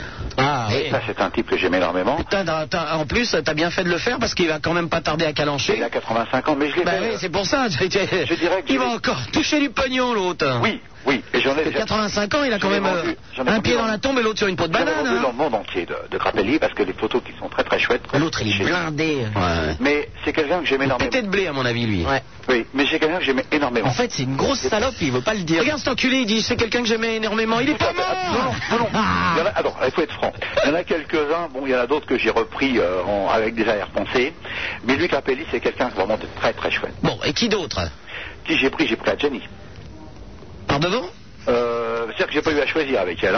Ah Et ça c'est un type que j'aime énormément. Putain, t'as- t'as- en plus, t'as bien fait de le faire parce qu'il va quand même pas tarder à calancher. Il a quatre-vingt-cinq ans, mais je l'ai Bah fait. oui, c'est pour ça. Je dirais que il je va l'ai- encore toucher du pognon, l'autre. Oui, oui, et j'en ai déjà. quatre-vingt-cinq ans, il a quand J'en ai même vendu- euh, j'en ai un vendu pied dans- dans la tombe et l'autre sur une peau de J'en ai banane. vendu hein. dans le monde entier de, de Grappelli parce que les photos qui sont très très chouettes. L'autre, il est blindé. Ouais. Mais c'est quelqu'un que j'aime énormément. Pété de blé, à mon avis, lui. Ouais. Oui, mais c'est quelqu'un que j'aime énormément. En fait, c'est une grosse salope, il veut pas le dire. Regarde cet enculé, il dit c'est quelqu'un que j'aimais énormément. Il est pas mort. Non, non, non. Il y en a, alors, il faut être franc. Il y en a quelques-uns, bon, il y en a d'autres que j'ai repris euh, en- avec des arrière-pensées. Mais lui, Grappelli, c'est quelqu'un qui vraiment de très très chouette. Bon, et qui d'autre? Qui j'ai pris, j'ai pris à Jenny. Par devant? Euh, C'est-à-dire que j'ai pas eu à choisir avec elle. Hein.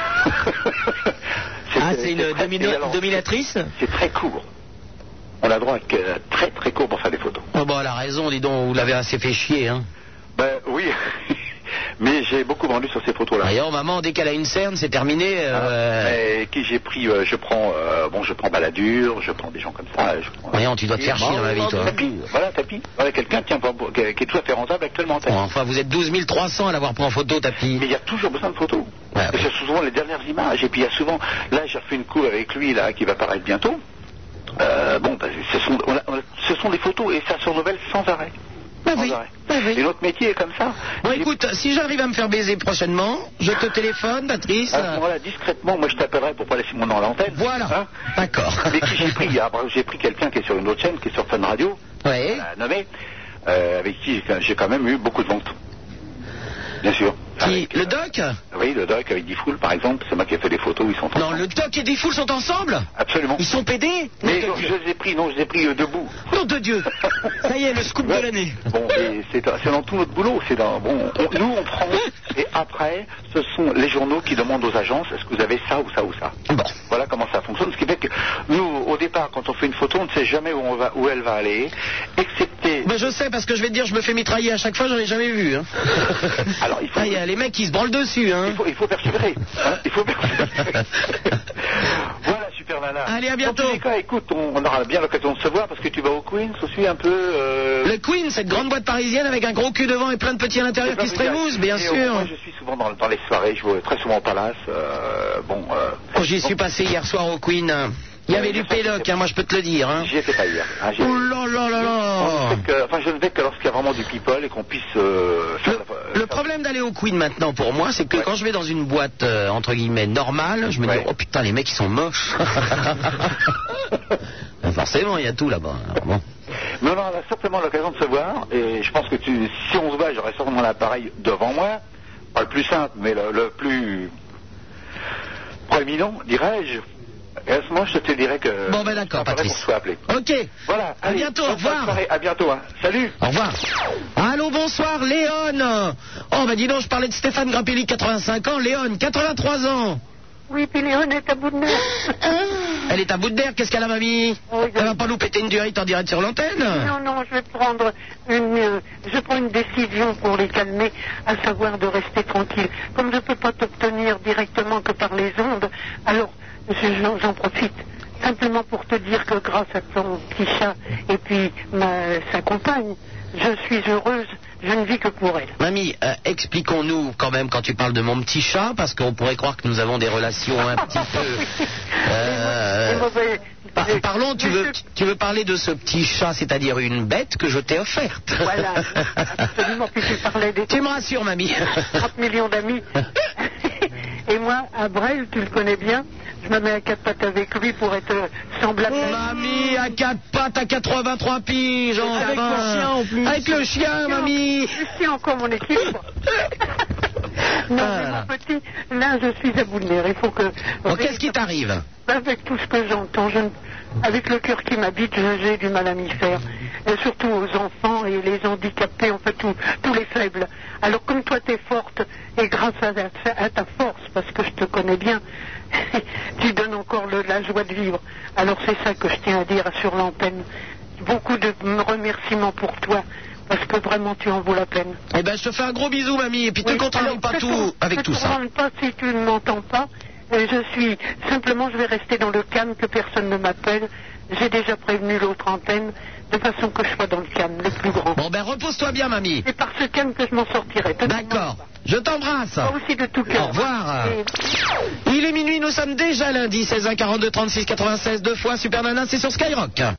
Ah, c'est une très- domino- et alors, dominatrice? C'est très court. On a droit à que- très très court pour faire des photos. Oh, bon, elle a raison, dis donc, vous l'avez assez fait chier, hein. Ben oui, mais j'ai beaucoup vendu sur ces photos-là. D'ailleurs, maman, dès qu'elle a une cerne, c'est terminé. euh, Et qui j'ai pris, euh, je prends, euh, bon, je prends Balladur, je prends des gens comme ça. Je prends... Voyons, tu dois te faire chier dans la vie, toi. Tapis, voilà, tapis. Voilà, quelqu'un tiens, pas- qui est qui est tout à fait rentable actuellement. Bon, enfin, vous êtes douze mille trois cents à l'avoir pris en photo, tapis. Mais il y a toujours besoin de photos. Ouais, Et c'est souvent les dernières images. Et puis il y a souvent, là, j'ai refait une coupe avec lui, là, qui va paraître bientôt. Euh, bon, ben, ce, sont, on a- on a- ce sont des photos et ça se renouvelle sans arrêt. Bah Sans oui, arrêt. bah oui. Et notre métier est comme ça. Bon, J'ai- écoute, si j'arrive à me faire baiser prochainement, je te téléphone, Patrice. À ce moment-là, discrètement, moi je t'appellerai pour pas laisser mon nom à l'antenne. Voilà. Hein. D'accord. Mais qui j'ai pris ah, bah, J'ai pris quelqu'un qui est sur une autre chaîne, qui est sur Fun Radio, Ouais. on l'a nommé, euh, avec qui j'ai- j'ai quand même eu beaucoup de ventes. Bien sûr. Qui Le Doc? Oui, le Doc avec Diffoul, par exemple, c'est moi qui ai fait les photos où ils sont ensemble. Non, le Doc et Diffoul sont ensemble? Absolument. Ils sont pédés? Mais non, je les ai pris, non, je les ai pris euh, debout. Nom de Dieu. Ça y est, le scoop Ouais. de l'année. Bon, et c'est c'est dans tout notre boulot. C'est dans bon, on- nous on prend et après, ce sont les journaux qui demandent aux agences est-ce que vous avez ça ou ça ou ça. Bon. Voilà comment ça fonctionne. Ce qui fait que nous, au départ, quand on fait une photo, on ne sait jamais où on va, où elle va aller, excepté. Ben je sais parce que je vais te dire, je me fais mitrailler à chaque fois, j'en ai jamais vu. Hein. Alors il faut. Ah, y a les mecs qui se branlent dessus. Hein. Il faut, il faut persévérer. Hein, il faut persévérer. Voilà, super nana. Allez, à bientôt. Dans tous les cas, écoute, on, on aura bien l'occasion de se voir parce que tu vas au Queens aussi un peu. Euh... Le Queen, cette grande boîte parisienne avec un gros cul devant et plein de petits à l'intérieur qui se trémoussent, bien Et, sûr. euh, Moi, je suis souvent dans, dans les soirées, je vais très souvent au Palace. Euh, bon. Euh, Oh, j'y suis passé hier soir au Queen. Il y avait du pédoc, hein, moi je peux te le dire. Hein. J'y étais pas hier. Hein, j'y- Oh là là là On là. ne fait que- Enfin, je ne vais que lorsqu'il y a vraiment du people et qu'on puisse. Euh, faire Le, le problème d'aller au Queen maintenant pour moi, c'est que quand je vais dans une boîte euh, entre guillemets normale, je me dis oh putain les mecs ils sont moches. Ben, forcément il y a tout là-bas. Alors, bon. Non, non, on a certainement l'occasion de se voir. Et je pense que tu, si on se voit, j'aurai certainement l'appareil devant moi. Pas le plus simple, mais le, le plus proéminent, dirais-je. Et à ce moment, je te dirais que. Bon ben d'accord, Patrice. Pour se faire appeler. Ok. Voilà. À allez, bientôt, au bonne revoir. soirée, à bientôt. Hein. Salut. Au revoir. Allô, bonsoir, Léon. Oh bah dis donc, je parlais de Stéphane Grappelli, quatre-vingt-cinq ans. Léon, quatre-vingt-trois ans. Oui, puis Léon est à bout de nerfs. Elle est à bout d'air, qu'est-ce qu'elle a, mamie? Elle va pas nous péter une durite en direct sur l'antenne? Non, non, je vais prendre une, euh, je prends une décision pour les calmer, à savoir de rester tranquille. Comme je ne peux pas t'obtenir directement que par les ondes, alors je- j'en j'en profite. Simplement pour te dire que grâce à ton petit chat et puis ma, sa compagne, je suis heureuse, je ne vis que pour elle. Mamie, euh, expliquons-nous quand même quand tu parles de mon petit chat, parce qu'on pourrait croire que nous avons des relations un petit peu... Euh, par- parlons, tu veux, tu veux parler de ce petit chat, c'est-à-dire une bête que je t'ai offerte. Voilà, absolument, puis tu parlais des... Tu me rassures, mamie. trente millions d'amis. Et moi, à Brel, tu le connais bien, je me mets à quatre pattes avec lui pour être semblable à Mamie, à quatre pattes, à quatre-vingt-trois piges, Avec enfin. le chien en plus. Avec le chien, mamie. Je tiens encore mon équilibre. Non, mais mon petit, là, je suis à bout de nerfs. Il faut que... Bon, qu'est-ce qui t'arrive? Avec tout ce que j'entends, je ne- avec le cœur qui m'habite, je- j'ai du mal à m'y faire. Et surtout aux enfants et les handicapés, en fait, tous tous les faibles. Alors, comme toi, tu es forte, et grâce à, à ta force, parce que je te connais bien, tu donnes encore le- la joie de vivre. Alors, c'est ça que je tiens à dire sur l'antenne. Beaucoup de remerciements pour toi, parce que vraiment, tu en vaut la peine. Eh ben, je te fais un gros bisou, mamie, et puis te Oui, contrarie alors, pas ne tout tourne- avec ne tout ça. tourne pas si tu ne m'entends pas. Euh, je suis simplement, je vais rester dans le calme, que personne ne m'appelle. J'ai déjà prévenu l'autre antenne, de façon que je sois dans le calme, le plus grand. Bon, ben, repose-toi bien, mamie. C'est par ce calme que je m'en sortirai. D'accord. Je t'embrasse. Moi aussi de tout cœur. Au revoir. Et- Il est minuit, nous sommes déjà lundi, seize un quarante-deux trente-six quatre-vingt-seize, deux fois Super Nana, c'est sur Skyrock.